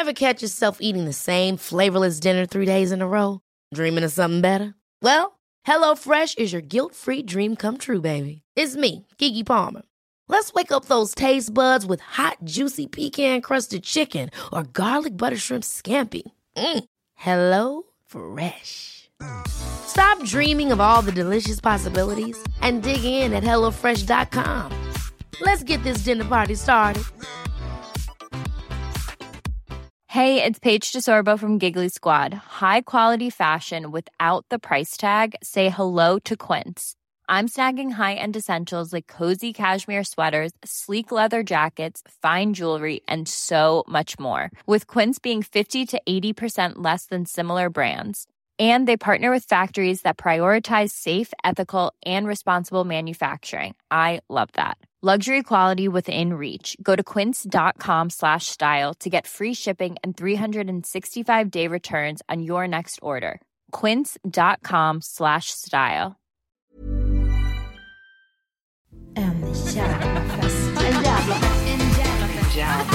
Ever catch yourself eating the same flavorless dinner 3 days in a row? Dreaming of something better? Well, HelloFresh is your guilt-free dream come true, baby. It's me, Keke Palmer. Let's wake up those taste buds with hot, juicy pecan-crusted chicken or garlic butter shrimp scampi. Hello Fresh. Stop dreaming of all the delicious possibilities and dig in at HelloFresh.com. Let's get this dinner party started. Hey, it's Paige DeSorbo from Giggly Squad. High quality fashion without the price tag. Say hello to Quince. I'm snagging high-end essentials like cozy cashmere sweaters, sleek leather jackets, fine jewelry, and so much more. With Quince being 50 to 80% less than similar brands. And they partner with factories that prioritize safe, ethical, and responsible manufacturing. I love that. Luxury quality within reach. Go to quince.com/style to get free shipping and 365-day returns on your next order. Quince.com/style. En jävla fest.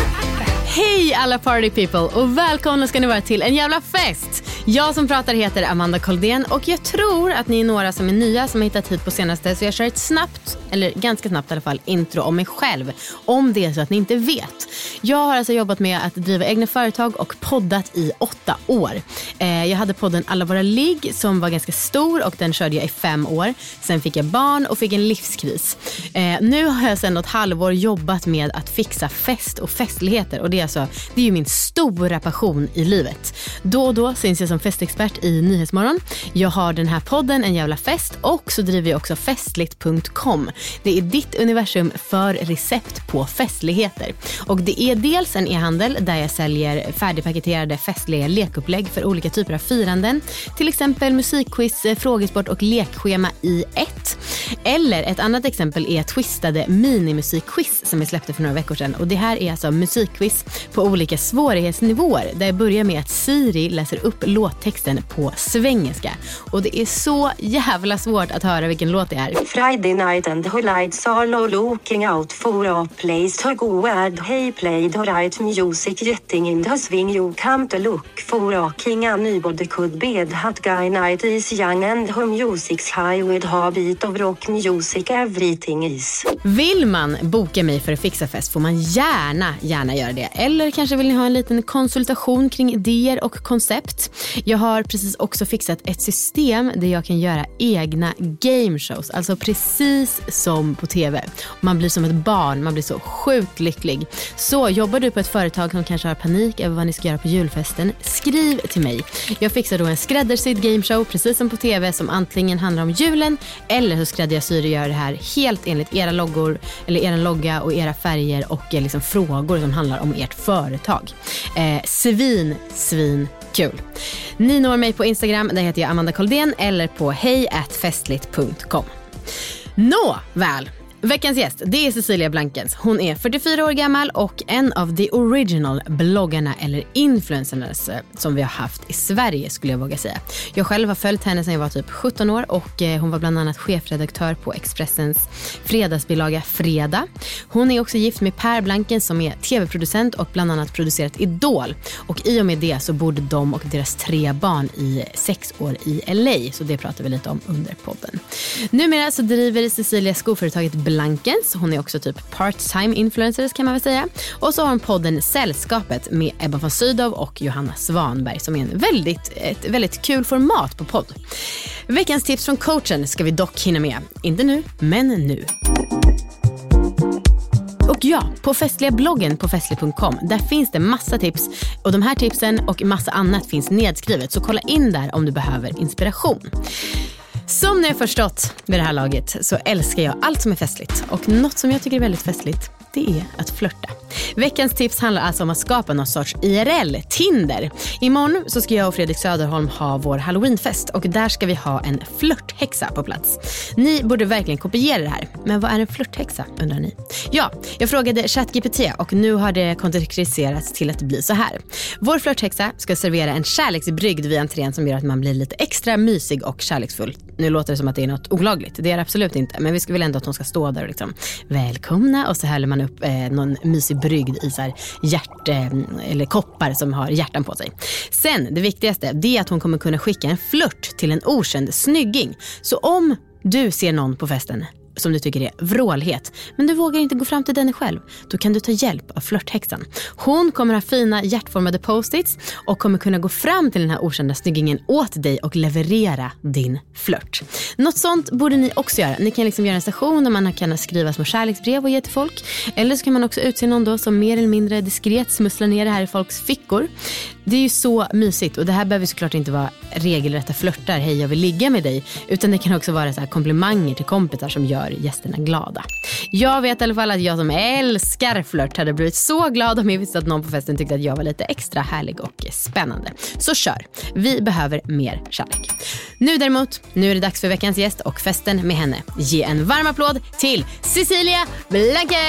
Hej alla party people och välkomna ska ni vara till en jävla fest. Jag som pratar heter Amanda Koldén och jag tror att ni är några som är nya som har hittat hit på senaste, så jag kör ett snabbt, eller ganska snabbt i alla fall, intro om mig själv, om det är så att ni inte vet. Jag har alltså jobbat med att driva egna företag och poddat i 8 år. Jag hade podden Alla våra ligg som var ganska stor och den körde jag i 5 år. Sen fick jag barn och fick en livskris. Nu har jag sedan något halvår jobbat med att fixa fest och festligheter, och det är ju min stora passion i livet. Då och då syns jag som festexpert i Nyhetsmorgon. Jag har den här podden En jävla fest och så driver jag också festligt.com. Det är ditt universum för recept på festligheter. Och det är dels en e-handel där jag säljer färdigpaketerade festliga lekupplägg för olika typer av firanden. Till exempel musikquiz, frågesport och lekschema i ett. Eller ett annat exempel är twistade minimusikquiz som jag släppte för några veckor sedan. Och det här är alltså musikquiz på olika svårighetsnivåer där jag börjar med att Siri läser upp låttexten på svengelska. Och det är så jävla svårt att höra vilken låt det är. Friday night and the lights are low, looking out for a place to go and hey play the right music getting in the swing you come to look for a king. Anybody could be the hot guy, night is young and her music's high with a beat of rock music, everything is. Vill man boka mig för att fixa fest får man gärna göra det. Eller kanske vill ni ha en liten konsultation kring idéer och koncept. Jag har precis också fixat ett system där jag kan göra egna gameshows. Alltså precis som på tv. Man blir som ett barn, man blir så sjukt lycklig. Så jobbar du på ett företag som kanske har panik över vad ni ska göra på julfesten, skriv till mig. Jag fixar då en skräddarsydd gameshow precis som på tv som antingen handlar om julen eller så skräddarsyr och gör det här helt enligt era loggor eller er logga och era färger och liksom frågor som handlar om ert företag. Svin kul. Ni når mig på Instagram, där heter jag Amanda Koldén, eller på hej@festligt.com. Väl. Veckans gäst, det är Cecilia Blankens. Hon är 44 år gammal och en av de original bloggarna eller influencernas som vi har haft i Sverige, skulle jag våga säga. Jag själv har följt henne sedan jag var typ 17 år och hon var bland annat chefredaktör på Expressens fredagsbilaga Fredag. Hon är också gift med Per Blankens som är tv-producent och bland annat producerat Idol. Och i och med det så bodde de och deras 3 barn i 6 år i LA, så det pratar vi lite om under podden. Numera så driver Cecilia skoföretaget Blankens. Hon är också typ part-time influencer kan man väl säga. Och så har hon podden Sällskapet med Ebba von Sydow och Johanna Svanberg som är ett väldigt kul format på podd. Veckans tips från coachen ska vi dock hinna med. Inte nu, men nu. Och ja, på festliga bloggen på festlig.com, där finns det massa tips. Och de här tipsen och massa annat finns nedskrivet. Så kolla in där om du behöver inspiration. Som ni har förstått vid det här laget så älskar jag allt som är festligt. Och något som jag tycker är väldigt festligt, det är att flirta. Veckans tips handlar alltså om att skapa någon sorts IRL-Tinder. Imorgon så ska jag och Fredrik Söderholm ha vår Halloweenfest och där ska vi ha en flirthäxa på plats. Ni borde verkligen kopiera det här. Men vad är en flirthäxa, undrar ni? Ja, jag frågade ChatGPT och nu har det konkretiserats till att det blir så här. Vår flirthäxa ska servera en kärleksbrygd vid entrén som gör att man blir lite extra mysig och kärleksfull. Nu låter det som att det är något olagligt. Det är det absolut inte. Men vi ska väl ändå att hon ska stå där och liksom välkomna och så häller man upp upp någon mysig brygd i så här eller koppar som har hjärtan på sig. Sen, det viktigaste, det är att hon kommer kunna skicka en flört till en okänd snygging. Så om du ser någon på festen som du tycker är vrålhet, men du vågar inte gå fram till den själv, då kan du ta hjälp av flörthäxan. Hon kommer ha fina hjärtformade post-its och kommer kunna gå fram till den här okända snyggingen åt dig och leverera din flört. Något sånt borde ni också göra. Ni kan liksom göra en station där man kan skriva små kärleksbrev och ge till folk. Eller så kan man också utse någon då som mer eller mindre diskret smusslar ner det här i folks fickor. Det är ju så mysigt, och det här behöver såklart inte vara regelrätta flörtar, hej jag vill ligga med dig, utan det kan också vara så här komplimanger till kompisar som gör gästerna glada. Jag vet i alla fall att jag som älskar flört hade blivit så glad om jag visste att någon på festen tyckte att jag var lite extra härlig och spännande. Så kör, vi behöver mer kärlek. Nu däremot, nu är det dags för veckans gäst och festen med henne. Ge en varm applåd till Cecilia Blanke!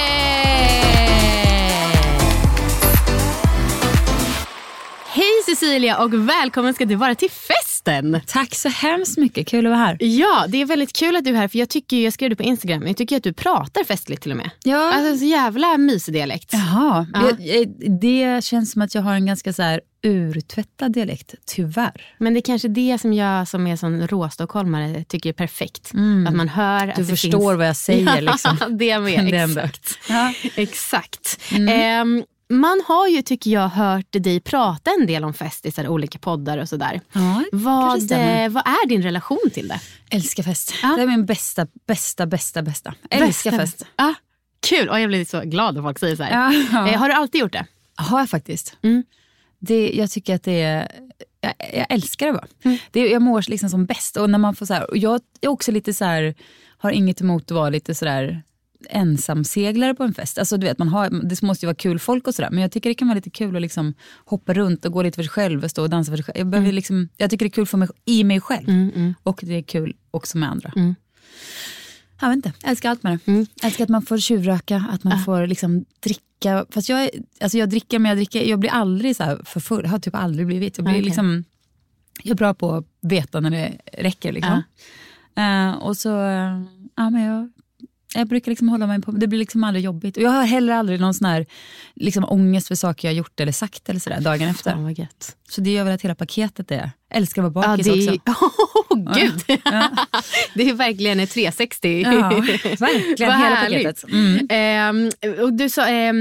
Hej Cecilia och välkommen ska du vara till festen. Tack så hemskt mycket, kul att vara här. Ja, det är väldigt kul att du är här, för jag skrev det på Instagram. Jag tycker att du pratar festligt till och med. Ja. Alltså så jävla mysig dialekt. Jaha, Ja. det känns som att jag har en ganska så här urtvättad dialekt, tyvärr. Men det är kanske det som jag som är sån råstockholmare tycker är perfekt. Att man hör att Du det förstår finns... vad jag säger liksom. Det med, Det är ändå. exakt. Ja. Exakt. Man har ju, tycker jag, hört dig prata en del om festisar, olika poddar och sådär. Ja, Vad kanske stämmer. är din relation till det? Älskar fest. Ja. Det är min bästa. Älskar fest. Ja, kul. Och jag blir så glad att folk säger så här. Ja. Har du alltid gjort det? Har jag faktiskt. Mm. Jag tycker att det är... Jag älskar det bara. Jag mår liksom som bäst. Och när man får så här, och jag är också lite så här, har inget emot att vara lite så där ensamseglare på en fest. Alltså du vet, det måste ju vara kul folk och sådär. Men jag tycker det kan vara lite kul att liksom hoppa runt och gå lite för sig själv och stå och dansa för sig själv. Jag tycker det är kul för mig, i mig själv. Och det är kul också med andra. Jag vet inte, jag älskar allt med det. Jag älskar att man får tjuvröka, att man får liksom dricka. Fast jag dricker, men jag blir aldrig så här för full. Jag har typ aldrig blivit. Jag blir liksom, jag är bra på att veta när det räcker liksom. Och så, men jag brukar liksom hålla mig på, det blir liksom aldrig jobbigt. Och jag har heller aldrig någon sån här liksom ångest för saker jag gjort eller sagt eller sådär dagen efter. Oh, vad gött. Så det gör väl att hela paketet är. Älskar att vara bakis också. Gud. Det är verkligen ett 360. Ja, verkligen hela paketet. Och du sa,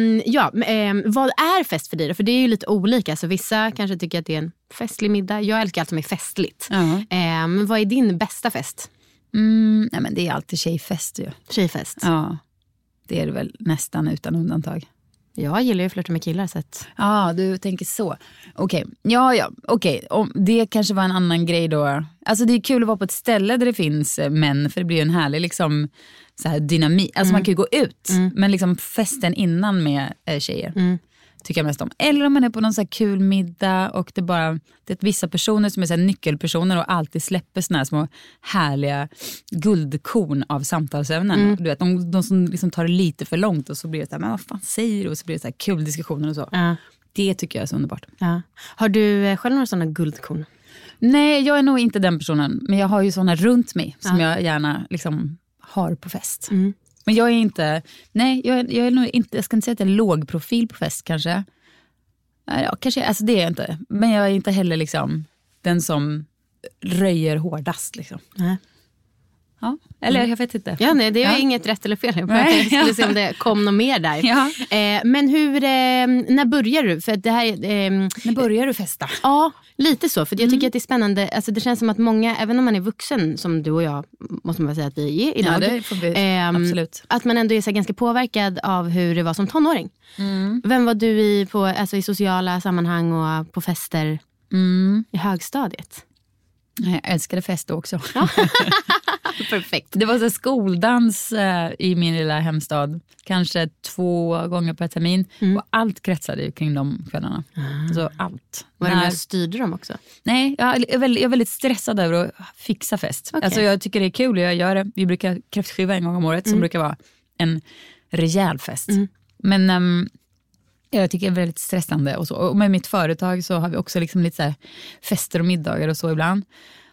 vad är fest för dig då? För det är ju lite olika. Så vissa kanske tycker att det är en festlig middag. Jag älskar allt som är festligt. Men vad är din bästa fest? Nej, men det är alltid tjejfest ju. Tjejfest? Ja, det är det väl nästan utan undantag. Jag gillar ju att flirta med killar så att... Ja, du tänker så. Okej. Okej. Det kanske var en annan grej då. Alltså det är kul att vara på ett ställe där det finns män, för det blir ju en härlig liksom så här dynamik. Alltså man kan ju gå ut, men liksom festen innan med tjejer. Tycker jag mest om. Eller om man är på någon så här kul middag och det är vissa personer som är så här nyckelpersoner och alltid släpper såna här små härliga guldkorn av samtalsämnen. Du vet, de som liksom tar det lite för långt och så blir det så här, men vad fan säger du? Och så blir det så här kul diskussioner och så. Det tycker jag är så underbart. Har du själv några sådana guldkorn? Nej, jag är nog inte den personen. Men jag har ju såna runt mig som jag gärna liksom har på fest. Men jag är inte, jag är nog inte, jag ska inte säga att jag är låg profil på fest kanske. Ja, kanske, alltså det är jag inte. Men jag är inte heller liksom den som röjer hårdast liksom. Ja, eller jag vet inte. Ja, nej, det är inget rätt eller fel. Jag skulle se om det kom något mer där. Men när börjar du? För det här, när börjar du festa? Ja, lite så. För jag tycker att det är spännande. Alltså, det känns som att många, även om man är vuxen, som du och jag, måste man väl säga att vi är idag. Ja, det får vi, absolut. Att man ändå är så ganska påverkad av hur det var som tonåring. Vem var du i sociala sammanhang och på fester i högstadiet? Jag älskade fest också. Perfekt. Det var så skoldans i min lilla hemstad. Kanske 2 gånger per termin. Och allt kretsade kring de kvällarna. Så allt. Var det med och styrde dem också? Nej, jag är väldigt stressad över att fixa fest. Okay. Alltså jag tycker det är kul, jag gör det. Vi brukar kräftskiva en gång om året som brukar vara en rejäl fest. Men jag tycker det är väldigt stressande och så. Och med mitt företag så har vi också liksom lite så här fester och middagar och så ibland.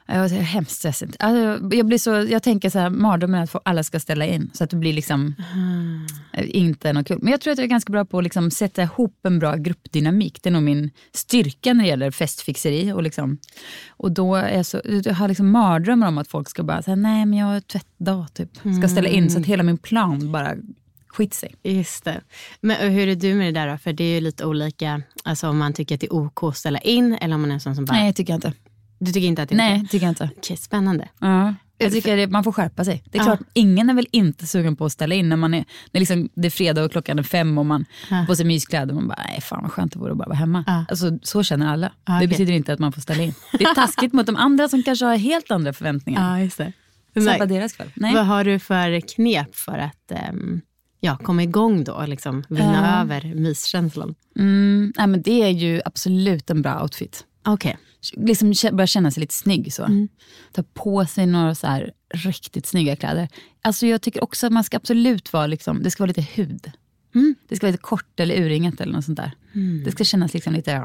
Jag är hemskt stressigt. Alltså, jag tänker så här, mardrömmen att alla ska ställa in. Så att det blir liksom inte något kul. Men jag tror att jag är ganska bra på att liksom sätta ihop en bra gruppdynamik. Det är nog min styrka när det gäller festfixeri. Och då är jag har liksom mardrömmar om att folk ska bara säga nej men jag har tvättdag typ. Ska ställa in så att hela min plan bara skit sig. Just det. Men hur är du med det där då? För det är ju lite olika. Alltså om man tycker att det är OK att ställa in eller om man är en sån som bara... Nej, jag tycker inte. Du tycker inte att det är Nej, tycker jag inte. Okej, spännande. Ja. Jag tycker man får skärpa sig. Det är klart, ingen är väl inte sugen på att ställa in när liksom, det är fredag och klockan är 5 och man på sig myskläder och man bara, nej fan vad skönt det vore att bara vara hemma. Alltså, så känner alla. Det betyder inte att man får ställa in. Det är taskigt mot de andra som kanske har helt andra förväntningar. Ja, just det. Sabba deras kväll. Nej. Vad har du för knep för att komma igång då? Liksom vinna över myskänslan? Nej, men det är ju absolut en bra outfit. Okej. Liksom börja känna sig lite snygg så. Ta på sig några så här riktigt snygga kläder. Alltså jag tycker också att man ska absolut vara liksom, det ska vara lite hud. Det ska vara lite kort eller urringat eller något sånt där. Det ska kännas liksom lite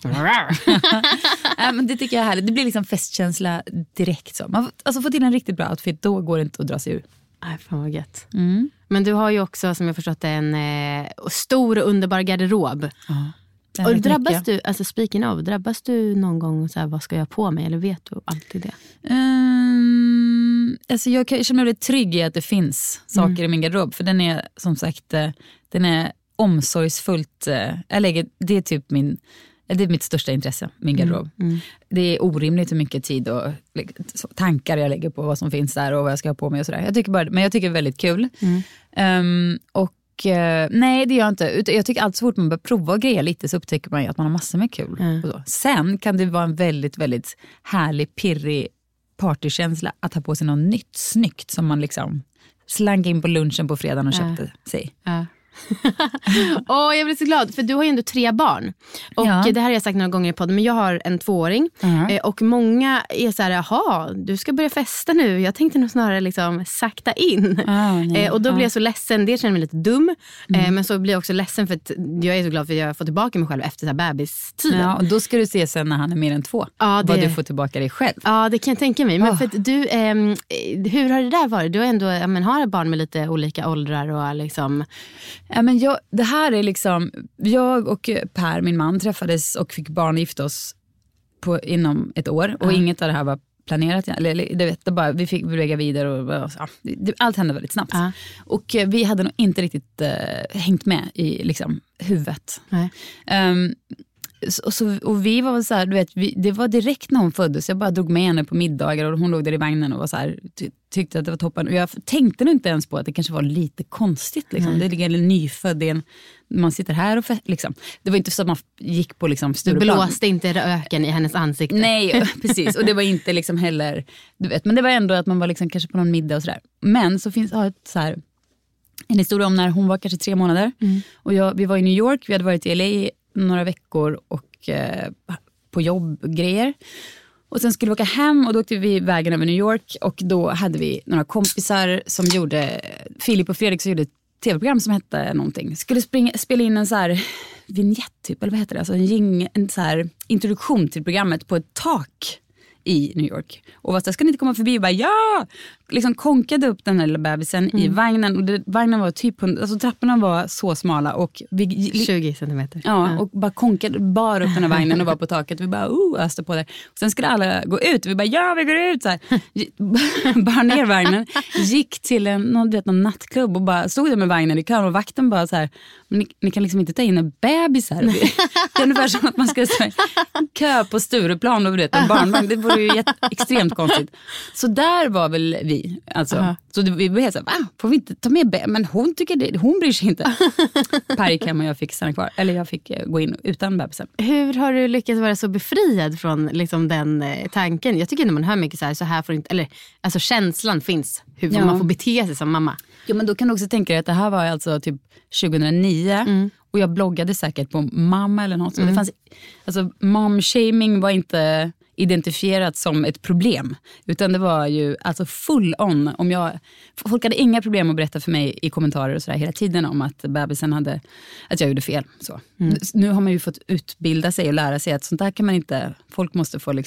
men det tycker jag är härligt. Det blir liksom festkänsla direkt så. Man alltså får till en riktigt bra outfit, då går det inte att dra sig ur. Nej, fan vad gött. Men du har ju också, som jag förstått, en stor och underbar garderob. Och drabbas du, alltså speaking of, drabbas du någon gång så här, vad ska jag på mig? Eller vet du alltid det? Alltså jag känner mig trygg i att det finns saker i min garderob. För den är som sagt, den är omsorgsfullt, det är typ det är mitt största intresse, min garderob. Det är orimligt hur mycket tid och tankar jag lägger på vad som finns där och vad jag ska ha på mig och sådär. Men jag tycker det är väldigt kul. Och nej, det gör jag inte. Jag tycker allt så fort man börjar prova och greja lite så upptäcker man ju att man har massor med kul. Och så. Sen kan det vara en väldigt, väldigt härlig, pirrig partykänsla att ha på sig något nytt, snyggt som man liksom slank in på lunchen på fredagen och köpte sig. Jag blir så glad, för du har ju ändå 3 barn. Och det här har jag sagt några gånger i podden, men jag har en 2-åring. Och många är så här, jaha, du ska börja festa nu. Jag tänkte nog snarare liksom sakta in. Och då blir jag så ledsen, det känner mig lite dum. Men så blir jag också ledsen för att jag är så glad för att jag får tillbaka mig själv efter så här bebistiden. Ja, och då ska du se sen när han är mer än 2 vad du får tillbaka dig själv. Ja, det kan jag tänka mig. Men för att du, hur har det där varit? Du har ändå har barn med lite olika åldrar och liksom... Ja, men det här är liksom, jag och Per, min man, träffades och fick barn och gifte oss inom ett år. Och inget av det här var planerat. Det bara, vi fick väga vidare och allt hände väldigt snabbt. Och vi hade nog inte riktigt hängt med i liksom, huvudet. Och vi var så här, du vet, det var direkt när hon föddes. Jag bara drog med henne på middagar och hon låg där i vagnen och var så här, tyckte att det var toppen. Och jag tänkte nog inte ens på att det kanske var lite konstigt liksom. Det ligger en nyfödd man sitter här och liksom. Det var inte så att man gick på liksom Stureplan. Du blåste inte röken i hennes ansikte. Nej, precis. Och det var inte liksom heller, du vet, men det var ändå att man var liksom kanske på någon middag och sådär. Men så finns så här en historia om när hon var kanske 3 månader. Och vi var i New York, vi hade varit i LA några veckor och på jobbgrejer. Och sen skulle vi åka hem och då åkte vi vägen över New York och då hade vi några kompisar som gjorde, Filip och Fredrik som gjorde ett tv-program som hette någonting. Skulle spela in en så här vignett typ, eller vad heter det? Alltså en så här introduktion till programmet på ett tak i New York. Och vad ska ni inte komma förbi och bara liksom konkade upp den här lilla bebisen i vagnen och vagnen var typ alltså trapporna var så smala och 20 centimeter. Ja, och bara konkade bara upp den här vagnen och var på taket. Vi bara öste på där. Och sen skulle alla gå ut. Vi bara vi går ut så här. Bara ner vagnen. Gick till någon nattklubb och bara stod där med vagnen i kön och vakten bara så här, men ni kan liksom inte ta in en bebis här. Det är ungefär som att man ska säga kö på Stureplan och en barnvagn. Det vore ju extremt konstigt. Så där var väl vi. Alltså. Så vi blev helt så här, får vi inte ta med men hon tycker hon bryr sig inte. Per gick hem och jag fick stanna kvar. Eller jag fick gå in utan bebisen. Hur har du lyckats vara så befriad från liksom den tanken? Jag tycker när man hör mycket så här får inte, eller alltså känslan finns hur man får bete sig som mamma. Ja, men då kan du också tänka dig att det här var alltså typ 2009 och jag bloggade säkert på mamma eller något. Det fanns, alltså mom-shaming var inte identifierat som ett problem, utan det var ju alltså full on. Folk hade inga problem att berätta för mig i kommentarer och sådär hela tiden om att bebisen att jag gjorde fel. Så. Nu har man ju fått utbilda sig och lära sig att sånt där kan man inte, folk måste få liksom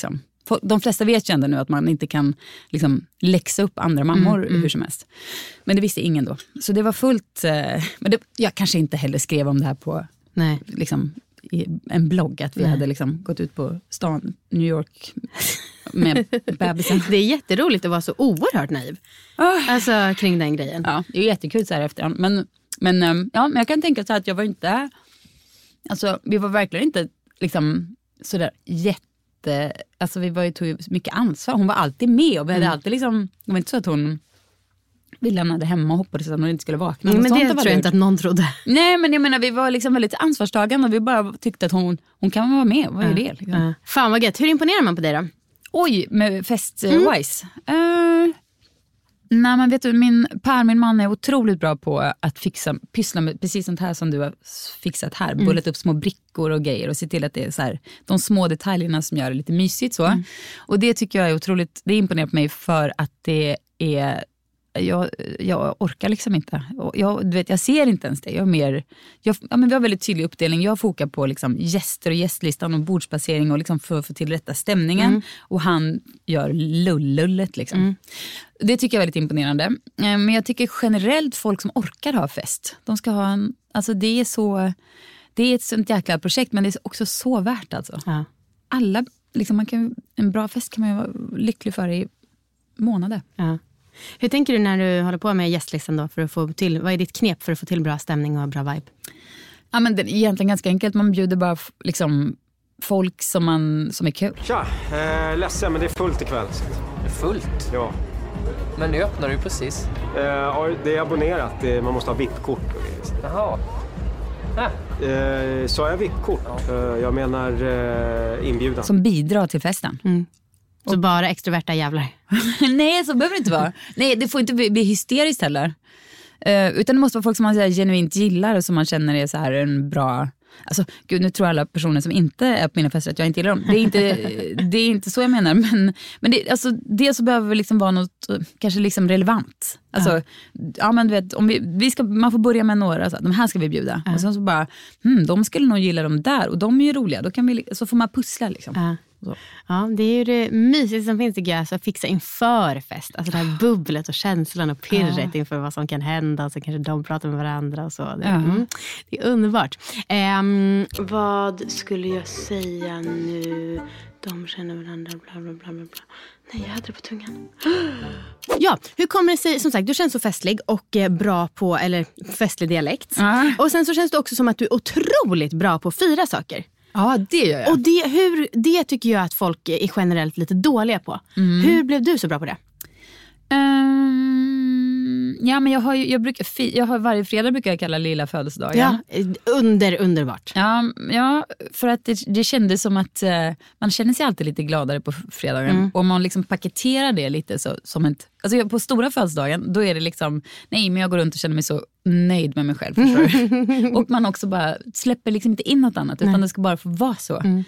de flesta vet ju ändå nu att man inte kan liksom läxa upp andra mammor hur som helst. Men det visste ingen då. Så det var fullt... Men jag kanske inte heller skrev om det här på liksom, i en blogg. Att vi hade liksom gått ut på stan, New York, med bebisen. Det är jätteroligt att vara så oerhört naiv. Alltså kring den grejen. Ja, det är jättekul så här efterhand. Men jag kan tänka så här att jag var inte... Alltså vi var verkligen inte liksom sådär alltså vi tog mycket ansvar. Hon var alltid med och vi hade alltid liksom, det var inte så att vi lämnade hemma och hoppades att hon inte skulle vakna. Men det tror jag inte att någon trodde. Nej, men jag menar vi var liksom väldigt ansvarstagande och vi bara tyckte att hon kan vara med. Vad är det? Liksom? Fan vad gött. Hur imponerar man på dig då? Oj, med fest-wise. Nej, men vet du, min man är otroligt bra på att pyssla med precis sånt här som du har fixat här. Bullet upp små brickor och grejer och se till att det är så här, de små detaljerna som gör det lite mysigt så. Och det tycker jag är otroligt, det imponerar på mig för att det är, jag orkar liksom inte. Jag ser inte ens det. Men vi har väldigt tydlig uppdelning. Jag fokar på liksom gäster och gästlistan och bordspassering och liksom för att få till rätta stämningen. Och han gör lullet liksom. Det tycker jag är väldigt imponerande. Men jag tycker generellt folk som orkar ha fest. De ska ha alltså det är ett sånt jäkla projekt, men det är också så värt alltså. Ja. Alla, liksom en bra fest kan man ju vara lycklig för i månader. Ja. Hur tänker du när du håller på med gästlistan då för att få till, vad är ditt knep för att få till bra stämning och bra vibe? Ja, men det är egentligen ganska enkelt. Man bjuder bara liksom folk som är kul. Tja, ledsen men det är fullt ikväll. Det är fullt? Ja. Men nu öppnar du precis. Ja, det är abonnerat. Man måste ha VIP-kort. Jaha. Så jag VIP-kort. Ja. Jag menar inbjudan. Som bidrar till festen. Så bara extroverta jävlar. Nej, så behöver det inte vara. Nej, det får inte bli hysteriskt heller. Utan det måste vara folk som man så här, genuint gillar och som man känner är så här en bra... Alltså, gud, nu tror alla personer som inte är på mina fester att jag inte gillar dem. Det är inte så jag menar. Men det, alltså, det så behöver liksom vara något kanske liksom relevant. Alltså, ja men du vet, om man får börja med några, så, de här ska vi bjuda. Och sen så bara, de skulle nog gilla dem där och de är ju roliga. Då kan vi, så får man pussla liksom. Så. Ja, det är ju det mysigaste som finns, tycker jag, så att fixa inför fest. Alltså det här bubblet och känslan och pirret inför vad som kan hända. Så kanske de pratar med varandra och så. Det är underbart. Vad skulle jag säga nu? De känner varandra, bla bla bla bla. Nej, jag hade det på tungan. Ja, hur kommer det sig, som sagt, du känns så festlig och bra på, eller festlig dialekt. Och sen så känns det också som att du är otroligt bra på att fira saker. Ja, det gör jag. Och det tycker jag att folk är generellt lite dåliga på. Hur blev du så bra på det? Ja, men jag har varje fredag brukar jag kalla lilla födelsedagen. Ja, underbart. Ja, för att det kändes som att man känner sig alltid lite gladare på fredagen. Och man liksom paketerar det lite så, som ett... Alltså på stora födelsedagen, då är det liksom... Nej, men jag går runt och känner mig så nöjd med mig själv. Och man också bara släpper liksom inte in något annat, utan det ska bara få vara så.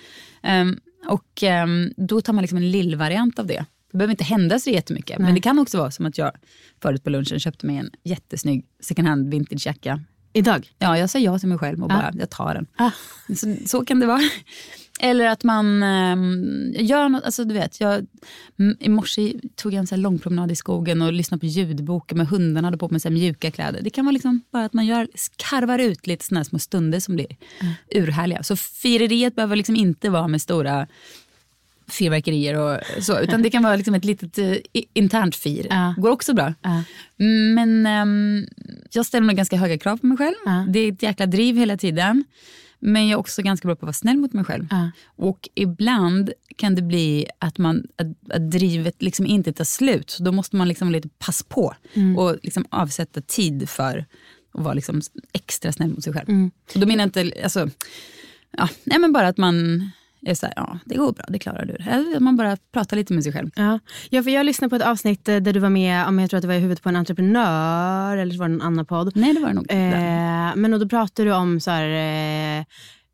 Då tar man liksom en lill-variant av det. Det behöver inte hända så jättemycket. Men det kan också vara som att jag förut på lunchen köpte mig en jättesnygg second hand vintage-jacka. Idag? Ja, jag sa ja till mig själv och bara, jag tar den. Så kan det vara. Eller att man gör något, alltså du vet, i morse tog jag en så här lång promenad i skogen och lyssnade på ljudboken med hundarna, hade på med så här mjuka kläder. Det kan vara liksom bara att man karvar ut lite såna här små stunder som blir urhärliga. Så fireriet behöver liksom inte vara med stora fyrverkerier och så, utan det kan vara liksom ett litet internt fir. Går också bra. Men jag ställer nog ganska höga krav på mig själv. Det är ett jäkla driv hela tiden. Men jag är också ganska bra på att vara snäll mot mig själv. Och ibland kan det bli att att drivet liksom inte tar slut. Så då måste man liksom lite pass på och liksom avsätta tid för att vara liksom extra snäll mot sig själv. Och då menar jag inte, alltså, nej men bara att man är så här, det går bra, det klarar du. Eller man bara pratar lite med sig själv. Ja, för jag lyssnade på ett avsnitt där du var med, om jag tror att det var i huvudet på en entreprenör, eller så var det en annan podd. Nej, det var det nog. Men då pratade du om så här,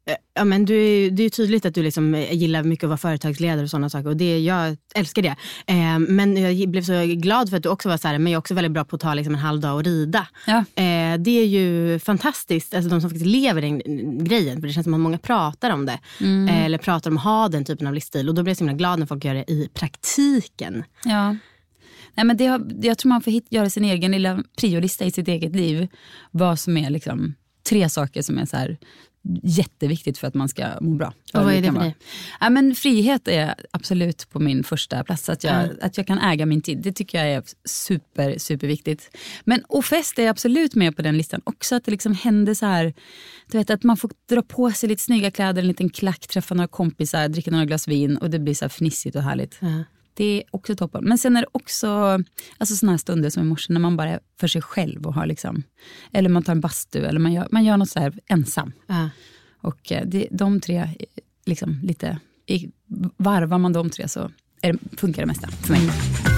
Ja, men det är ju tydligt att du liksom gillar mycket att vara företagsledare och sådana saker. Och jag älskar det. Men jag blev så glad för att du också var så här, men jag är också väldigt bra på att ta liksom en halv dag och rida. Ja. Det är ju fantastiskt. Alltså de som faktiskt lever den grejen. För det känns som att många pratar om det. Eller pratar om att ha den typen av livsstil. Och då blir jag så himla glad när folk gör det i praktiken. Ja. Nej, men jag tror man får göra sin egen lilla priolista i sitt eget liv. Vad som är liksom 3 saker som är så här jätteviktigt för att man ska må bra. Och vad är det för dig? Ja, men frihet är absolut på min första plats. Att jag kan äga min tid. Det tycker jag är superviktigt. Men och fest är absolut med på den listan. Också att det liksom händer så här. Du vet att man får dra på sig lite snygga kläder. En liten klack, träffa några kompisar. Dricka några glas vin. Och det blir så här fnissigt och härligt. Ja. Det är också toppen. Men sen är det också alltså såna här stunder som i morse när man bara är för sig själv och har liksom, eller man tar en bastu eller man gör något så här ensam. Och de 3 liksom lite varvar man de 3 så funkar det mesta för mig.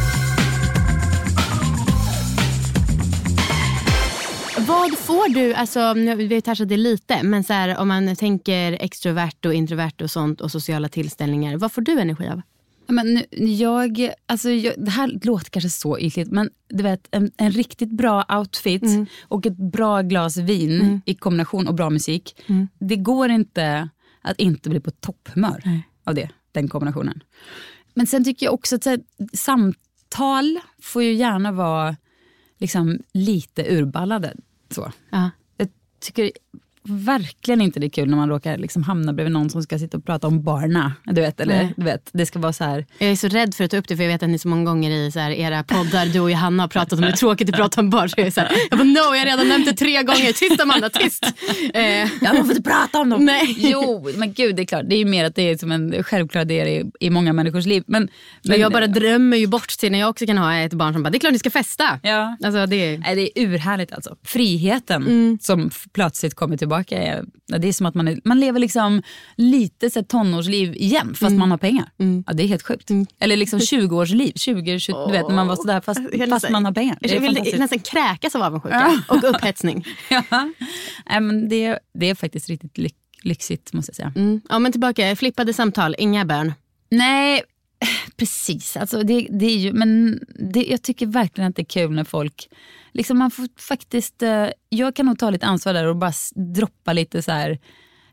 Vad får du, alltså vi har touchat det lite, men så här, om man tänker extrovert och introvert och sånt och sociala tillställningar, vad får du energi av? Men det här låter kanske så ytligt, men du vet en riktigt bra outfit och ett bra glas vin i kombination och bra musik. Det går inte att inte bli på topphumör av den kombinationen. Men sen tycker jag också att samtal får ju gärna vara liksom lite urballade så. Jag tycker verkligen inte det är kul när man råkar liksom hamna bredvid någon som ska sitta och prata om barna, du vet, det ska vara så här. Jag är så rädd för att ta upp det, för jag vet att ni så många gånger i så här, era poddar, du och Johanna har pratat om det tråkigt att prata om barn, så jag är så här, jag har redan nämnt det 3 gånger, tyst Amanda, tyst. Jag får inte prata om dem. Nej. Jo, men gud, det är klart, det är ju mer att det är som en självklar del i många människors liv, men jag bara drömmer ju bort till när jag också kan ha ett barn som bara, det är klart ni ska festa. Ja. Alltså, det är urhärligt alltså. Friheten som plötsligt kommer tillbaka det är som att man lever liksom lite så här tonårsliv igen fast man har pengar. Ja, det är helt sjukt. Eller liksom 20-årsliv, 20 du vet när man var så där fast man har pengar. Jag vill nästan kräkas av avundsjuka och upphetsning. Men det är faktiskt riktigt lyxigt måste jag säga. Ja, men tillbaka, flippade samtal, inga bön. Nej, precis. Alltså det är ju, men jag tycker verkligen att det är kul när folk liksom man får faktiskt, jag kan nog ta lite ansvar där och bara droppa lite så här,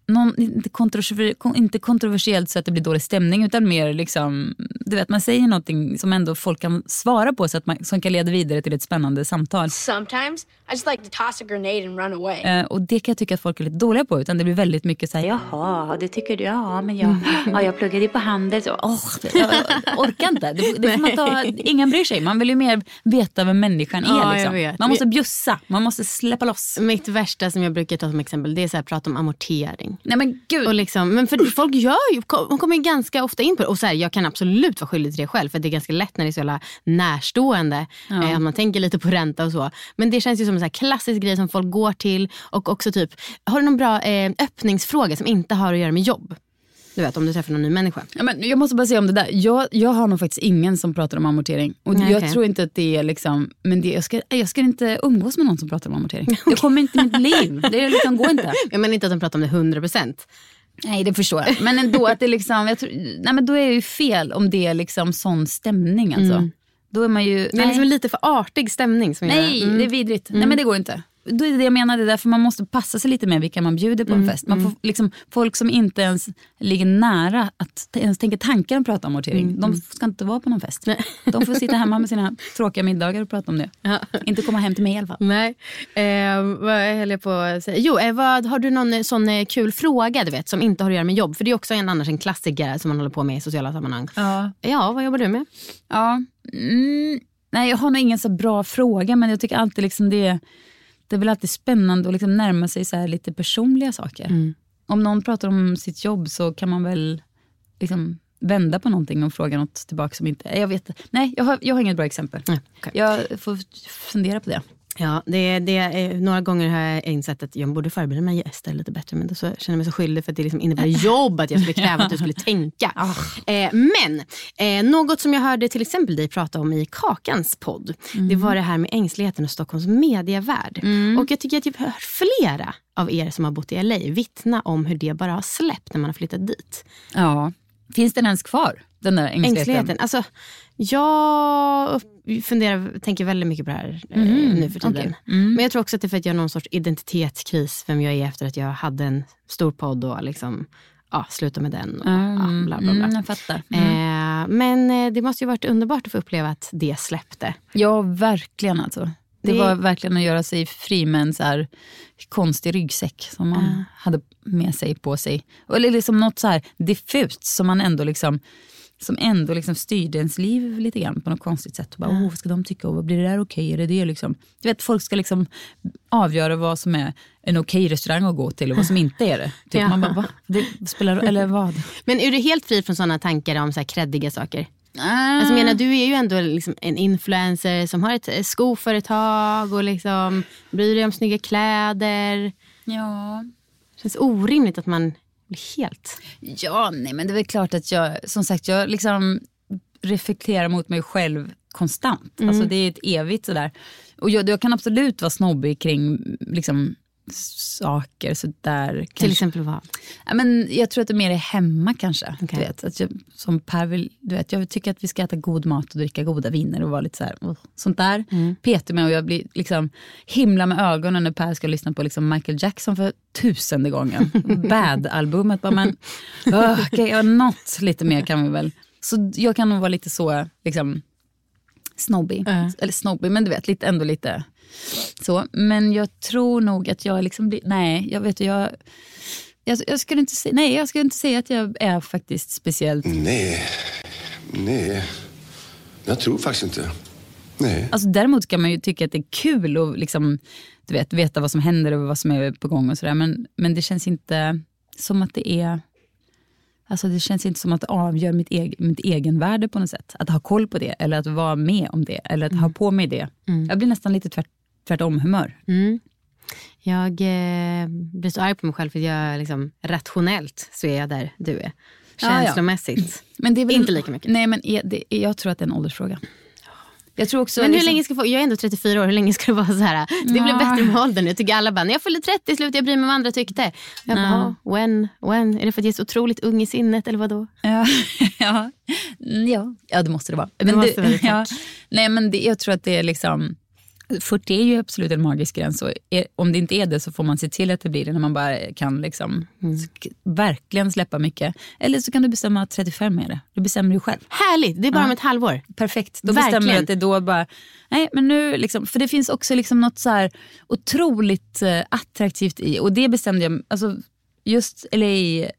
inte kontroversiellt så att det blir dålig stämning, utan mer liksom, du vet, man säger någonting som ändå folk kan svara på så att som kan leda vidare till ett spännande samtal. Sometimes I just like to toss a grenade and run away. Och det kan jag tycka att folk är lite dåliga på, utan det blir väldigt mycket så här, jaha, det tycker du, ja, men jag pluggade ju på handel så, jag orkar inte. Det får man ta, ingen bryr sig, man vill ju mer veta vem människan är liksom. Man måste bjussa, man måste släppa loss. Mitt värsta som jag brukar ta som exempel, det är så här, prata om amortering. Nej men gud. Och liksom, men för folk gör ju, de kommer ju ganska ofta in på det. Och så här, jag kan absolut vara skyldig till det själv, för det är ganska lätt när det är så jävla närstående. Att man tänker lite på ränta och så. Men det känns ju som en så här klassisk grej som folk går till. Och också typ, har du någon bra öppningsfråga som inte har att göra med jobb? Du vet, om du träffar någon ny människa. Ja, men jag måste bara säga om det där. Jag har nog faktiskt ingen som pratar om amortering. Och jag tror inte att det är liksom, men jag ska inte umgås med någon som pratar om amortering. Jag kommer inte i mitt liv. Det liksom går inte. Jag menar inte att de pratar om det 100%. Nej, det förstår jag. Men ändå att det liksom, men då är det ju fel om det är liksom sån stämning alltså. Då är man ju, det är liksom lite för artig stämning som det är vidrigt. Nej, men det går inte. Då är det jag menar, det därför man måste passa sig lite med vilka man bjuder på en fest. Man får liksom, folk som inte ens ligger nära att ens tänka tankar om att prata om amortering. De ska inte vara på någon fest. De får sitta hemma med sina tråkiga middagar och prata om det. Inte komma hem till mig i alla fall. Nej, vad höll jag på att säga? Jo, har du någon sån kul fråga du vet som inte har att göra med jobb? För det är också annars en klassiker som man håller på med i sociala sammanhang. Ja, vad jobbar du med? Nej, jag har nog ingen så bra fråga, men jag tycker alltid liksom det är väl alltid spännande att liksom närma sig så här lite personliga saker. Om någon pratar om sitt jobb så kan man väl liksom vända på någonting och fråga något tillbaka som inte... Jag vet. Nej, jag har inget bra exempel. Okay. Jag får fundera på det. Ja, det är, några gånger har jag insett att jag borde förbereda mig gäster lite bättre, men då så känner jag mig så skyldig för att det liksom innebär jobb att jag skulle kräva att du skulle tänka. Men något som jag hörde till exempel dig prata om i Kakans podd, det var det här med ängsligheten och Stockholms medievärld. Och jag tycker att jag har hört flera av er som har bott i LA vittna om hur det bara har släppt när man har flyttat dit. Ja, finns den ens kvar? Den där ängsligheten? Alltså, jag tänker väldigt mycket på det här nu för tiden. Okay. Men jag tror också att det är för att jag har någon sorts identitetskris vem jag är efter att jag hade en stor podd och liksom, sluta med den och bla bla bla. Jag fattar. Men det måste ju varit underbart att få uppleva att det släppte. Ja, verkligen alltså. Det var verkligen att göra sig fri med en så här konstig ryggsäck som man hade med sig på sig. Eller liksom något så här diffust som man ändå liksom styrde ens liv lite grann på något konstigt sätt. Och bara, vad ska de tycka? Och vad blir det där okej? Är det liksom? Du vet, folk ska liksom avgöra vad som är en okej restaurang att gå till och vad som inte är det. Typ man bara, va? Det spelar, eller vad? Men är du helt fri från sådana tankar om så här kreddiga saker? Alltså menar, du är ju ändå liksom en influencer som har ett skoföretag och liksom bryr dig om snygga kläder. Ja. Det känns orimligt att man blir helt... Ja, nej, men det är väl klart att jag liksom reflekterar mot mig själv konstant. Alltså det är ett evigt sådär. Och jag kan absolut vara snobbig kring liksom saker så där. Till exempel vad? Ja, men jag tror att det mer är hemma kanske. Okay. Du vet, att jag, som Per vill, du vet, jag tycker att vi ska äta god mat och dricka goda viner och vara lite så här, sånt där. Peter med och jag blir liksom himla med ögonen när Per ska lyssna på liksom Michael Jackson för 1000:e gången. Bad-albumet. Men okej, något lite mer kan vi väl. Så jag kan nog vara lite så liksom snobbig. Eller snobbig, men du vet, ändå lite så. Men jag tror nog att jag liksom blir... Nej, jag vet jag skulle inte säga... Nej, jag skulle inte säga att jag är faktiskt speciellt... Nej. Jag tror faktiskt inte. Nej. Alltså däremot kan man ju tycka att det är kul och liksom, du vet, veta vad som händer och vad som är på gång och sådär. Men det känns inte som att det är... Alltså det känns inte som att det avgör mitt egenvärde på något sätt. Att ha koll på det eller att vara med om det eller att ha på mig det. Jag blir nästan lite tvärtom humör. Jag blir så arg på mig själv för jag liksom rationellt så är jag där du är. Känslomässigt. Men det är väl inte lika mycket. Nej, men jag tror att det är en åldersfråga. Jag tror också, men hur länge ska jag är ändå 34 år, hur länge ska det vara så här? Det blir bättre med åldern nu. Jag tycker alla bara, när jag fyllde 30 i slutet, jag bryr mig om vad andra tyckte. Jag bara, when? Är det för att jag är så otroligt ung i sinnet eller vadå? Ja, det måste det vara. Men men jag tror att det är liksom 40 är ju absolut en magisk gräns. Och om det inte är det så får man se till att det blir det när man bara kan liksom verkligen släppa mycket. Eller så kan du bestämma att 35 är det. Du bestämmer ju själv. Härligt, det är bara om ett halvår. Perfekt, då bestämmer du att det då bara... Nej, men nu liksom... För det finns också liksom något så här otroligt attraktivt i. Och det bestämde jag... Alltså just LA...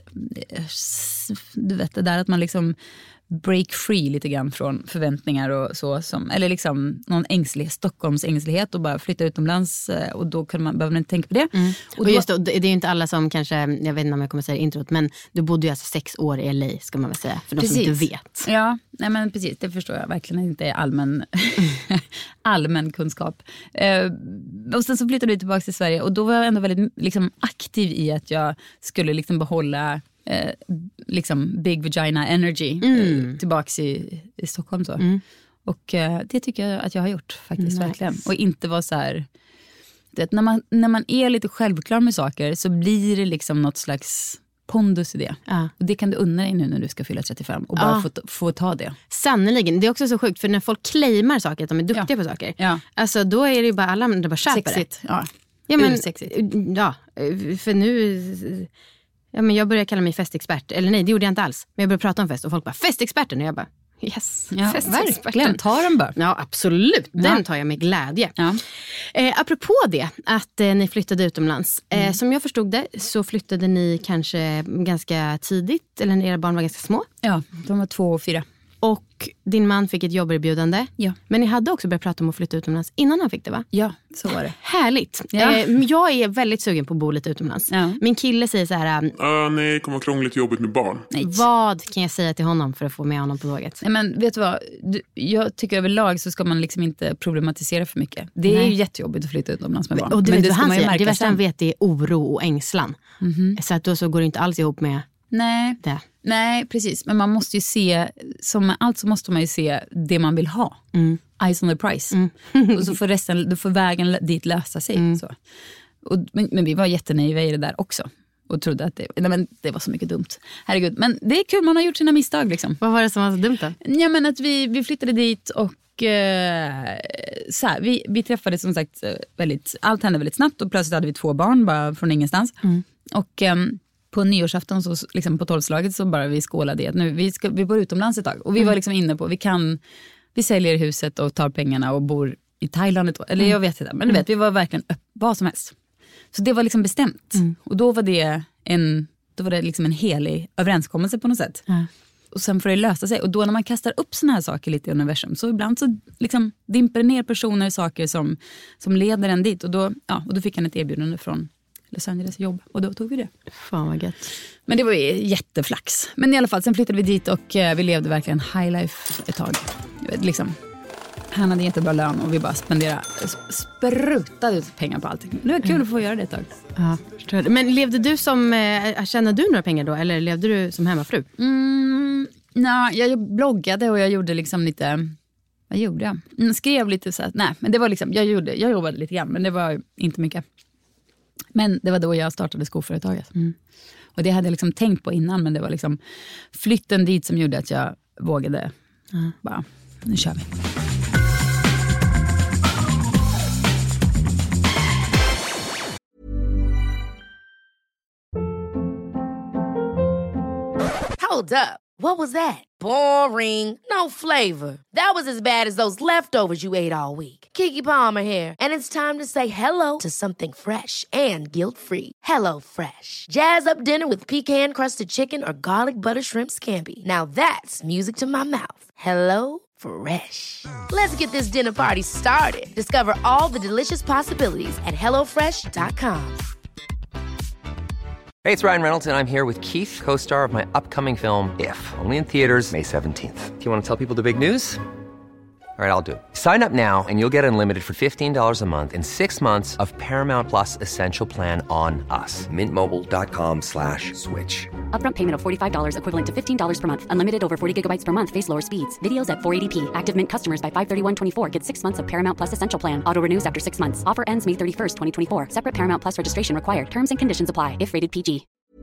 du vet det där att man liksom... break free lite grann från förväntningar och så som, eller liksom någon ängslighet, Stockholms ängslighet och bara flytta utomlands och då kan man behöver inte tänka på det. Och just det är ju inte alla som kanske, jag vet inte om jag kommer säga introt, men du bodde ju alltså 6 år i LA ska man väl säga, för de som inte vet. Ja, nej men precis, det förstår jag verkligen inte allmän kunskap. Och sen så flyttade vi tillbaka till Sverige och då var jag ändå väldigt liksom aktiv i att jag skulle liksom behålla liksom big vagina energy tillbaks i Stockholm så. Och det tycker jag att jag har gjort faktiskt verkligen. Och inte vara så här, det, när man är lite självklar med saker så blir det liksom något slags pondus i det. Och det kan du unna dig nu när du ska fylla 35 och bara få ta det. Sannoliken, det är också så sjukt för när folk claimar saker att de är duktiga på saker. Alltså då är det ju bara alla bara köper sexigt. Det. Ja men sexigt. Ja, för nu men jag började kalla mig festexpert. Eller nej, det gjorde jag inte alls. Men jag började prata om fest och folk bara, festexperten. Och jag bara, yes, festexperten. Verkligen, ta den bara. Ja, absolut. Den tar jag med glädje. Apropå det, att ni flyttade utomlands. Som jag förstod det så flyttade ni kanske ganska tidigt. Eller när era barn var ganska små. Ja, de var 2 och 4. Och din man fick ett jobberbjudande. Ja. Men ni hade också börjat prata om att flytta utomlands innan han fick det, va? Ja, så var det. Härligt. Ja. Jag är väldigt sugen på att bo lite utomlands. Ja. Min kille säger så här... nej, det kommer vara krångligt jobbigt med barn. Nej. Vad kan jag säga till honom för att få med honom på tåget? Nej, men vet du vad? Jag tycker överlag så ska man liksom inte problematisera för mycket. Det är ju jättejobbigt att flytta utomlands med barn. Och du vet det vad han säger? Det värsta han vet är oro och ängslan. Så att då så går det inte alls ihop med det. Nej, precis. Men man måste ju se, som med allt så måste man ju se det man vill ha. Eyes on the price. Och så får resten, då får vägen dit lösa sig. Så. Men vi var jättenaiva i det där också. Och trodde att det var så mycket dumt. Herregud, men det är kul, man har gjort sina misstag liksom. Vad var det som var så dumt då? Ja, men att vi flyttade dit och så här, vi träffades som sagt allt hände väldigt snabbt och plötsligt hade vi 2 barn bara från ingenstans. Och på nyårsafton så liksom på 12-slaget så bara vi skålade att nu vi bor utomlands ett tag och vi var liksom inne på vi säljer huset och tar pengarna och bor i Thailand eller jag vet inte, men du vet vi var verkligen vad som helst. Så det var liksom bestämt. Och då var det liksom en helig överenskommelse på något sätt. Och sen får det lösa sig. Och då när man kastar upp såna här saker lite i universum så ibland så liksom dimper ner personer, saker som leder en dit. Och då fick han ett erbjudande från Los Angeles jobb. Och då tog vi det. Fan vad gött. Men det var ju jätteflax. Men i alla fall, sen flyttade vi dit och vi levde verkligen high life ett tag. Liksom. Han hade jättebra lön och vi bara sprutade ut pengar på allting. Det var kul att få göra det ett tag. Ja, förstår du. Men levde du tjänade du några pengar då? Eller levde du som hemmafru? Nej, jag bloggade och jag gjorde liksom lite... Vad gjorde jag? Skrev lite så här. Nej, men det var liksom... Jag jobbade lite grann, men det var inte mycket. Men det var då jag startade skoföretaget. Och det hade jag liksom tänkt på innan, men det var liksom flytten dit som gjorde att jag vågade bara, nu kör vi. Hold up. What was that? Boring. No flavor. That was as bad as those leftovers you ate all week. Keke Palmer here, and it's time to say hello to something fresh and guilt-free. Hello Fresh. Jazz up dinner with pecan-crusted chicken or garlic butter shrimp scampi. Now that's music to my mouth. Hello Fresh. Let's get this dinner party started. Discover all the delicious possibilities at hellofresh.com. Hey, it's Ryan Reynolds, and I'm here with Keith, co-star of my upcoming film, If, only in theaters May 17th. Do you want to tell people the big news? All right, I'll do it. Sign up now and you'll get unlimited for $15 a month and 6 months of Paramount Plus Essential Plan on us. MintMobile.com/switch. Upfront payment of $45 equivalent to $15 per month. Unlimited over 40 gigabytes per month. Face lower speeds. Videos at 480p. Active Mint customers by 531.24 get 6 months of Paramount Plus Essential Plan. Auto renews after 6 months. Offer ends May 31st, 2024. Separate Paramount Plus registration required. Terms and conditions apply if rated PG.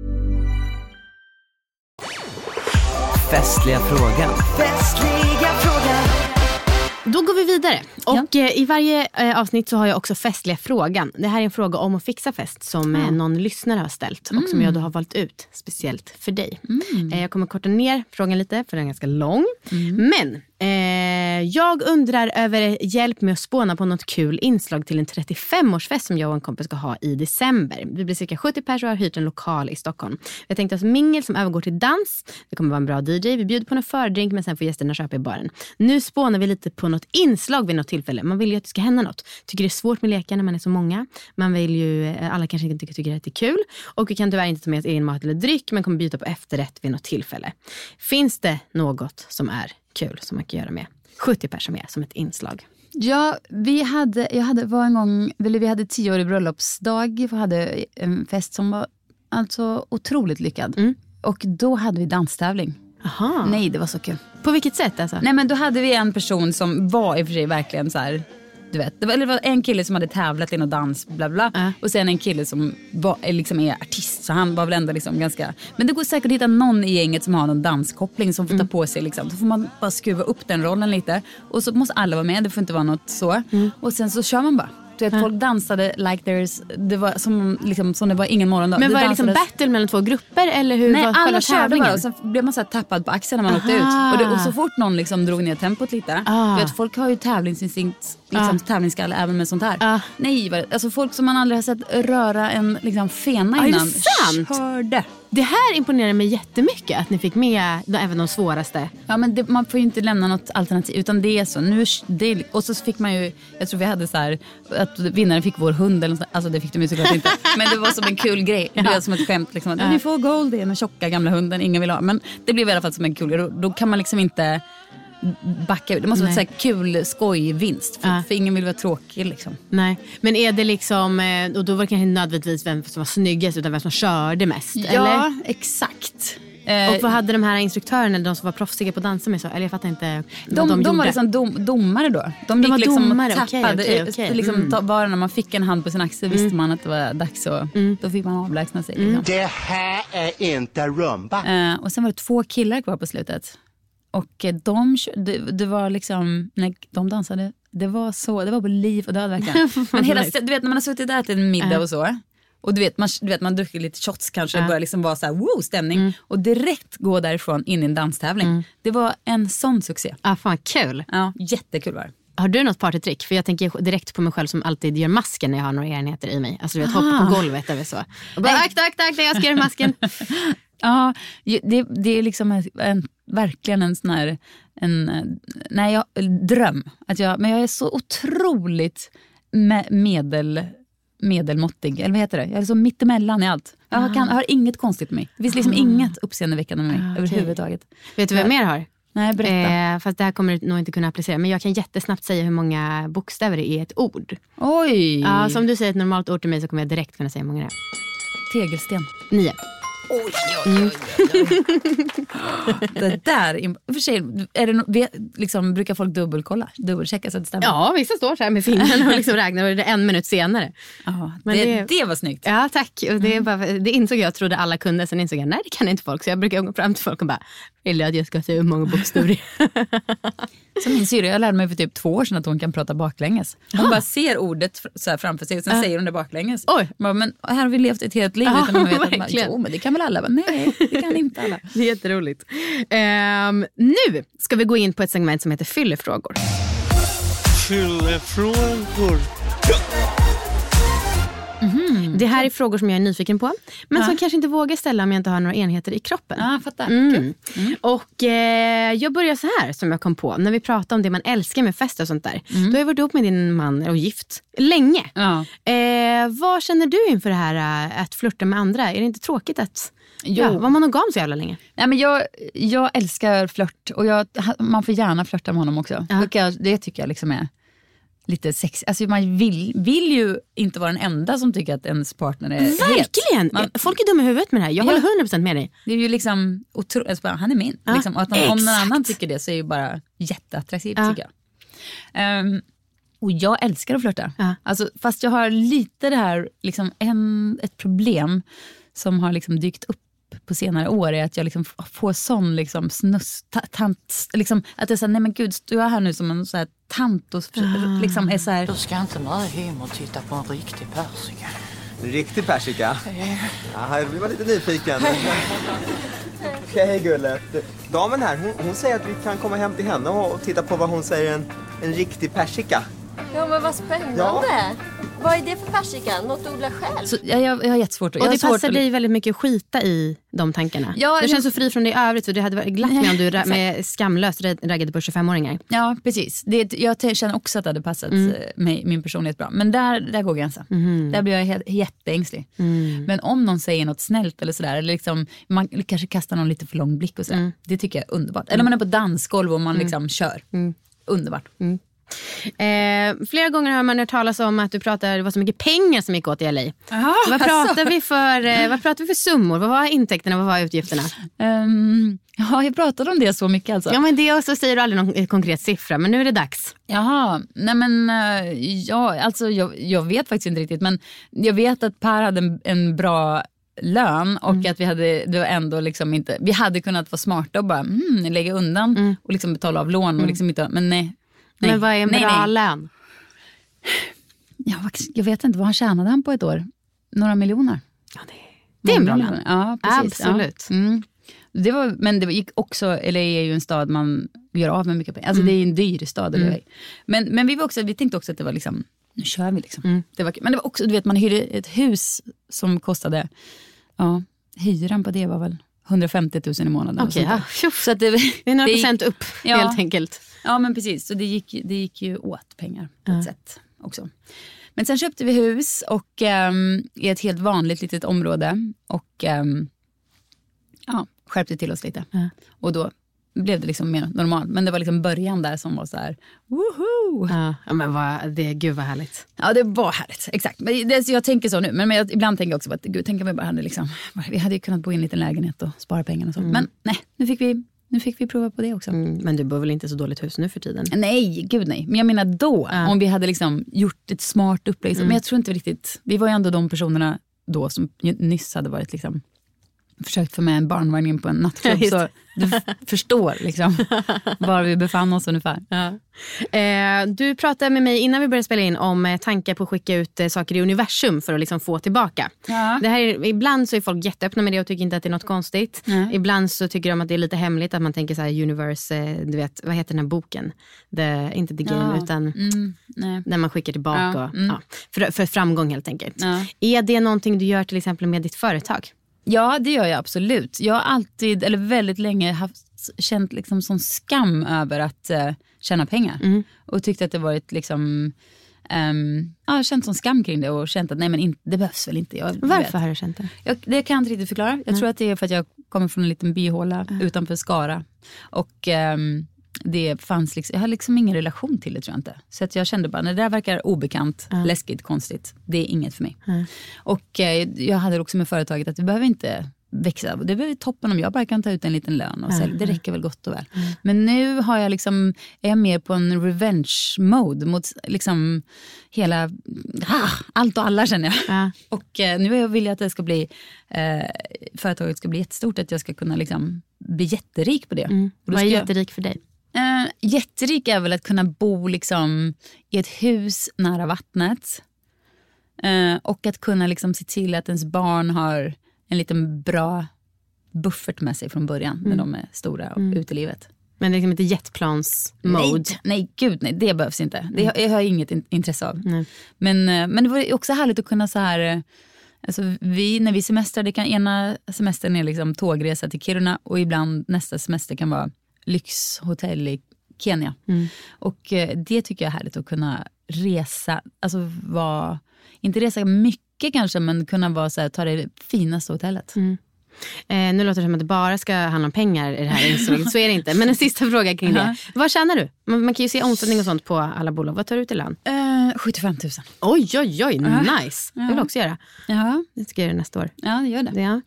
Festliga frågan. Festliga frågan. Då går vi vidare. Och i varje avsnitt så har jag också festliga frågan. Det här är en fråga om att fixa fest som någon lyssnare har ställt. Och som jag då har valt ut speciellt för dig. Jag kommer korta ner frågan lite för den är ganska lång. Men jag undrar över hjälp med att spåna på något kul inslag till en 35-årsfest som jag och en kompis ska ha i december. Vi blir cirka 70 personer och har hyrt en lokal i Stockholm. Jag tänkte att mingel som övergår till dans. Det kommer vara en bra DJ. Vi bjuder på en fördrink men sen får gästerna köpa i baren. Nu spånar vi lite på något inslag vid något tillfälle. Man vill ju att det ska hända något. Tycker det är svårt med lekar när man är så många. Man vill ju, alla kanske inte tycker att det är kul. Och vi kan tyvärr inte ta med oss egen mat eller dryck men kommer byta på efterrätt vid något tillfälle. Finns det något som är kul som man kan göra med 70 personer med som ett inslag? Ja, vi hade 10-årig bröllopsdag. Vi hade en fest som var alltså otroligt lyckad. Och då hade vi danstävling. Aha. Nej, det var så kul. På vilket sätt alltså? Nej, men då hade vi en person som var i och för sig verkligen så här, du vet, det var en kille som hade tävlat i någon dans bla bla, och sen en kille som liksom är artist, så han var väl ändå liksom ganska, men det går säkert att hitta någon i gänget som har någon danskoppling som får ta på sig liksom. Då får man bara skruva upp den rollen lite och så måste alla vara med, det får inte vara något så, och sen så kör man bara. Du vet, folk dansade like det var som det var ingen morgondag. Men var det liksom battle mellan två grupper eller hur? Nej, var alla körde tävlingen? Bara och så blev man så här tappad på axeln när man åkte ut. Och så fort någon liksom drog ner tempot lite. Du vet, folk har ju tävlingsinstinkt, liksom tävlingsskalle även med sånt här. Nej, alltså folk som man aldrig har sett röra en liksom fena innan. Är det sant? Körde. Det här imponerar mig jättemycket att ni fick med även de svåraste. Ja, men man får ju inte lämna något alternativ, utan det är så. Och så fick man ju, jag tror vi hade så här att vinnaren fick vår hund eller något, alltså det fick de ju såklart inte. Men det var som en kul grej. Det blev som ett skämt liksom, att ni får Gold, det är den tjocka gamla hunden ingen vill ha. Men det blev i alla fall som en kul grej. Då kan man liksom inte backa ut. Det måste vara så här kul skojvinst för ingen vill vara tråkig liksom. Nej, men är det liksom, och då var det kanske nödvändigtvis vem som var snyggast utan vem som körde mest, eller? Ja, exakt. Och vad hade de här instruktörerna, de som var proffsiga på att dansa med så? Eller jag fattar inte vad de var liksom domare då. De gick liksom domare, och tappade. Okay. Liksom, bara när man fick en hand på sin axel visste man att det var dags och då fick man avlägsna sig. Liksom. Det här är inte rumba. Och sen var det 2 killar kvar på slutet. Och det var liksom, när de dansade, det var på liv och död verkligen. Men hela, du vet när man har suttit där till en middag och så. Och du vet man dricker lite shots kanske och börjar liksom vara så här wow stämning och direkt gå därifrån in i en danstävling. Det var en sån succé. Fan kul. Ja, jättekul var det. Har du något partytrick? För jag tänker direkt på mig själv som alltid gör masken när jag har några enheter i mig. Alltså du vet, hoppa på golvet eller så. Och bara akta, jag ska göra masken. Ja, det är liksom verkligen en sån här dröm. Men jag är så otroligt medelmåttig, eller vad heter det? Jag är så mittemellan i allt. Jag har inget konstigt med mig. Det finns liksom inget uppseendeväckande med mig överhuvudtaget. Vet du vad jag mer har? Nej, berätta. Fast det här kommer du nog inte kunna applicera. Men jag kan jättesnabbt säga hur många bokstäver det är i ett ord. Oj! Ja, så om du säger ett normalt ord till mig så kommer jag direkt kunna säga hur många det är. Tegelsten. 9. Oj. Det där, för sig, liksom, brukar folk dubbelchecka så att det stämmer? Ja, vissa står så här med fingrarna och liksom räknar och det är 1 minut senare. Ja, det var snyggt. Ja, tack. Och det insåg jag trodde alla kunde, sen insåg jag, nej det kan inte folk. Så jag brukar gå fram till folk och bara, vill jag att jag ska säga hur många bokstäver. Så min syra, jag lärde mig för typ 2 år sedan att hon kan prata baklänges. Hon bara ser ordet så här framför sig och sen säger hon det baklänges. Oj. Men här har vi levt ett helt liv utan man vet att jo, men det kan väl alla. Nej, det kan inte alla. Det är jätteroligt. Nu ska vi gå in på ett segment som heter Fyllefrågor. Fyllefrågor. Det här är frågor som jag är nyfiken på, men som kanske inte vågar ställa om jag inte har några enheter i kroppen. Ja, fattar. Och jag börjar så här som jag kom på. När vi pratar om det man älskar med fest och sånt där. Då har jag varit ihop med din man och gift länge. Ja. Vad känner du inför det här att flirta med andra? Är det inte tråkigt att var monogam så jävla länge? Nej, men jag älskar flört och man får gärna flirta med honom också. Det tycker jag liksom är lite sex. Alltså man vill ju inte vara den enda som tycker att ens partner är verkligen! Folk är dumma i huvudet med det här. Jag håller 100% med dig. Det är ju liksom han är min. Liksom, och att om någon annan tycker det så är ju bara jätteattraktivt tycker jag. Och jag älskar att flirta. Alltså, fast jag har lite det här liksom ett problem som har liksom dykt upp på senare år är att jag liksom får sån liksom tant liksom att det är så här, nej men gud, du är här nu som en så här tant och liksom är så här. Du ska inte med hem och titta på en riktig persika. En riktig persika? Ja, jag blir bara lite nyfiken. Okej, gullet. Damen här, hon säger att vi kan komma hem till henne och titta på vad hon säger en riktig persika. Ja, men vad spännande. Ja. Vad är det för persika? Något odla själv? Så jag har jättesvårt. Och det passar dig väldigt mycket att skita i de tankarna. Ja, du känns så fri från det i övrigt. Så det hade varit glatt med om du med skamlöst raggade på 25-åringar. Ja, precis. Jag känner också att det hade passat mig, min personlighet bra. Men där går gränsen. Där blir jag jätteängslig. Men om någon säger något snällt eller sådär. Eller liksom, man kanske kastar någon lite för lång blick och sådär. Det tycker jag är underbart. Eller man är på dansgolv och man liksom kör. Underbart. Flera gånger har man hört talas om att det var så mycket pengar som gick åt i LA. Vad pratar vi för summor? Vad var intäkterna? Vad var utgifterna? Jag pratade om det så mycket alltså. Ja, men det också säger du aldrig någon konkret siffra. Men nu är det dags. Jaha, nej men alltså jag vet faktiskt inte riktigt. Men jag vet att Per hade en bra lön och att det var ändå liksom inte, vi hade kunnat vara smarta och bara lägga undan och liksom betala av lån och liksom inte, men nej. Men vad är en bra lön? Jag vet inte, vad han tjänade han på ett år? Några miljoner. Ja, det är en bra lön. Ja, precis. Absolut. Ja. Men det gick också, LA är ju en stad man gör av med mycket pengar. Alltså det är en dyr stad. Men vi tänkte också att det var liksom, nu kör vi liksom. Men det var också, du vet, man hyrde ett hus som kostade, hyran på det var väl 150 000 i månaden. Okej, så att det är några procent upp helt enkelt. Ja, men precis. Så det gick ju åt pengar på ett sätt också. Men sen köpte vi hus och i ett helt vanligt litet område och skärpte till oss lite. Och då blev det liksom mer normalt. Men det var liksom början där som var så här, woho! Ja, men gud vad härligt. Ja, det var härligt, exakt. Men jag tänker så nu. Men ibland tänker jag också på att gud, tänk om vi bara hade liksom, vi hade ju kunnat bo i en liten lägenhet och spara pengarna och så. Men nej, nu fick vi prova på det också. Men du bor väl inte så dåligt hus nu för tiden? Nej, gud nej. Men jag menar då, om vi hade liksom gjort ett smart upplägg. Men jag tror inte riktigt, vi var ju ändå de då som nyss hade varit liksom försökt få med en barnvagn på en nattklubb, så du förstår liksom var vi befann oss ungefär. Du pratade med mig innan vi började spela in om tankar på att skicka ut saker i universum för att liksom få tillbaka. Det här, ibland så är folk jätteöppna med det och tycker inte att det är något konstigt. Ibland så tycker de att det är lite hemligt, att man tänker så här universe, du vet, vad heter den här boken? Inte The Game utan när man skickar tillbaka för framgång helt enkelt. Är det någonting du gör till exempel med ditt företag? Ja, det gör jag absolut. Jag har alltid, eller väldigt länge, känt liksom sån skam över att tjäna pengar. Och tyckte att det varit liksom, känt sån skam kring det och känt att nej, men det behövs väl inte. Varför har du känt det? Det kan jag inte riktigt förklara. Jag tror att det är för att jag kommer från en liten byhåla utanför Skara. Och det fanns liksom, jag har liksom ingen relation till det, tror jag inte. Så att jag kände bara, när det där verkar obekant, läskigt, konstigt, det är inget för mig. Och jag hade också med företaget att vi behöver inte växa. Det behöver toppen om jag bara kan ta ut en liten lön och sälja. Det räcker väl gott och väl. Men nu har jag liksom, är jag mer på en revenge mode mot liksom hela allt och alla, känner jag. Och nu vill jag att det ska bli företaget ska bli jättestort, att jag ska kunna liksom bli jätterik på det. Vad är jätterik för dig? Jätterik är väl att kunna bo liksom i ett hus nära vattnet. Och att kunna liksom se till att ens barn har en liten bra buffert med sig från början när de är stora och ute i livet. Men det är liksom inte jetplans-mode? Nej, det behövs inte. Det har jag inget intresse av. Men det var också härligt att kunna så här... Alltså när vi semestrar, det kan ena semestern är liksom tågresa till Kiruna och ibland nästa semester kan vara lyxhotell i Kenya. Och det tycker jag är härligt, att kunna resa, alltså inte resa mycket kanske, men kunna vara så här, ta det finaste hotellet. Nu låter det som att det bara ska handla om pengar i det här inslaget. Så är det inte. Men en sista fråga kring det. Vad tjänar du? Man kan ju se omsättning och sånt på alla bolag. Vad tar du ut i lön? 75 000. Oj, nice. Det vill jag också göra. Det ska jag göra nästa år. Ja, det gör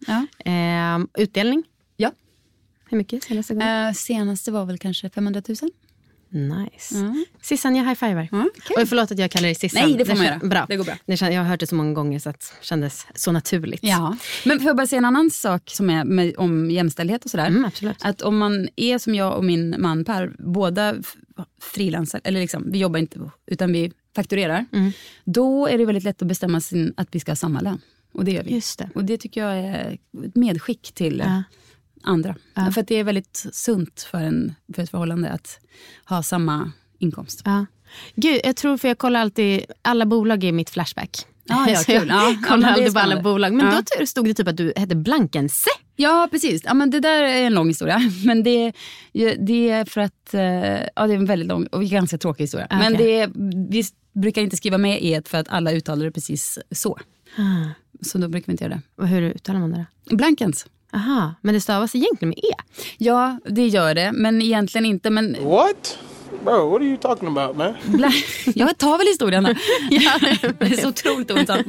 det. Utdelning? Ja. Hur mycket senaste gången? Senaste var väl kanske 500 000. Nice. Sissan, jag high-fiver. Och förlåt att jag kallar dig Sissan. Nej, det får man göra. Bra. Det går bra. Jag har hört det så många gånger så att det kändes så naturligt. Ja. Men får jag bara säga en annan sak som är om jämställdhet och sådär. Absolut. Att om man är som jag och min man Per, båda frilansar, eller liksom, vi jobbar inte utan vi fakturerar. Då är det väldigt lätt att bestämma att vi ska ha samma lön. Och det gör vi. Just det. Och det tycker jag är ett medskick till andra. För att det är väldigt sunt för ett förhållande att ha samma inkomst. Gud, jag tror, för jag kollar alltid alla bolag i mitt Flashback. Kul. Jag kollar aldrig på alla bolag. Men då stod det typ att du hette Blankense. Ja, precis. Ja, men det där är en lång historia. Men det är för att det är en väldigt lång och ganska tråkig historia. Men vi brukar inte skriva med e för att alla uttalar det precis så. Så då brukar vi inte göra det. Och hur uttalar man det då? Blankens. Aha, men det stavas egentligen med e? Ja, det gör det, men egentligen inte. Men... What? Bro, what are you talking about, man? Jag tar väl historien då. Det är så otroligt ointressant.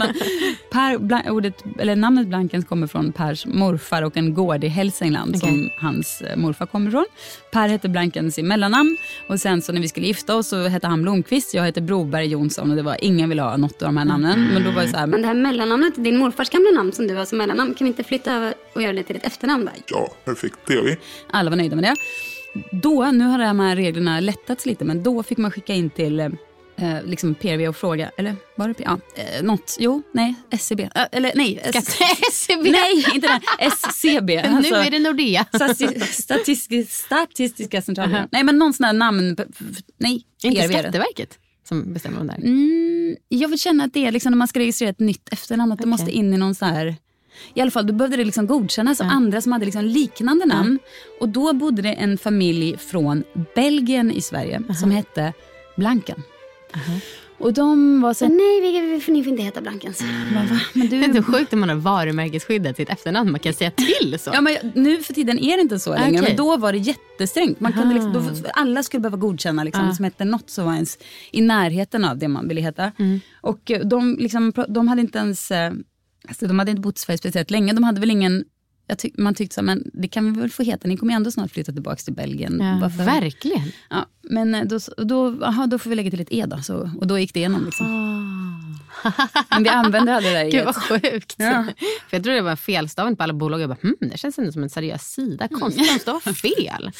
Men namnet Blankens kommer från Pers morfar och en gård i Hälsingland som hans morfar kommer från. Per hette Blankens i mellannamn. Och sen så när vi skulle gifta oss så hette han Blomqvist. Jag hette Broberg Jonsson och det var ingen ville ha något av de här namnen. Men då var det så här, men det här mellannamnet, din morfars gamla namn som du har som mellannamn, kan vi inte flytta över och göra det till ett efternamn? Va? Ja, perfekt. Det gör vi. Alla var nöjda med det. Nu har de här reglerna lättats lite, men då fick man skicka in till liksom PRV och fråga, eller var det SCB, eller nej, SCB. Nej, inte den, SCB. Alltså, nu är det Nordea. Statistiska centralen. Nej, men någon sån här namn, nej. Inte Skatteverket som bestämmer om det här. Jag vill känna att det är liksom när man ska registrera ett nytt efternamn, att det måste in i någon så här. I alla fall, då behövde det liksom godkännas av andra som hade liksom liknande namn. Och då bodde det en familj från Belgien i Sverige som hette Blanken. Och de var så... Nej, ni får inte heta Blankens. Men det är inte sjukt om man har varumärkesskyddat sitt efternamn. Man kan säga till så. Ja, men nu för tiden är det inte så längre. Men då var det jättesträngt. Man kunde liksom, alla skulle behöva godkänna liksom, som hette något som var ens i närheten av det man ville heta. Och de hade inte ens... Alltså, de hade inte bott i Sverige speciellt länge. De hade väl ingen... man tyckte så, men det kan vi väl få heta. Ni kommer ändå snart flytta tillbaka till Belgien. Ja, verkligen. Ja, men då får vi lägga till ett E då. Så, och då gick det igenom liksom. Men vi använde aldrig det där. Gud vad sjukt. Ja. För jag tror det var felstavning på alla bolag. Jag bara, det känns inte som en seriös sida. Konstigt, det var fel.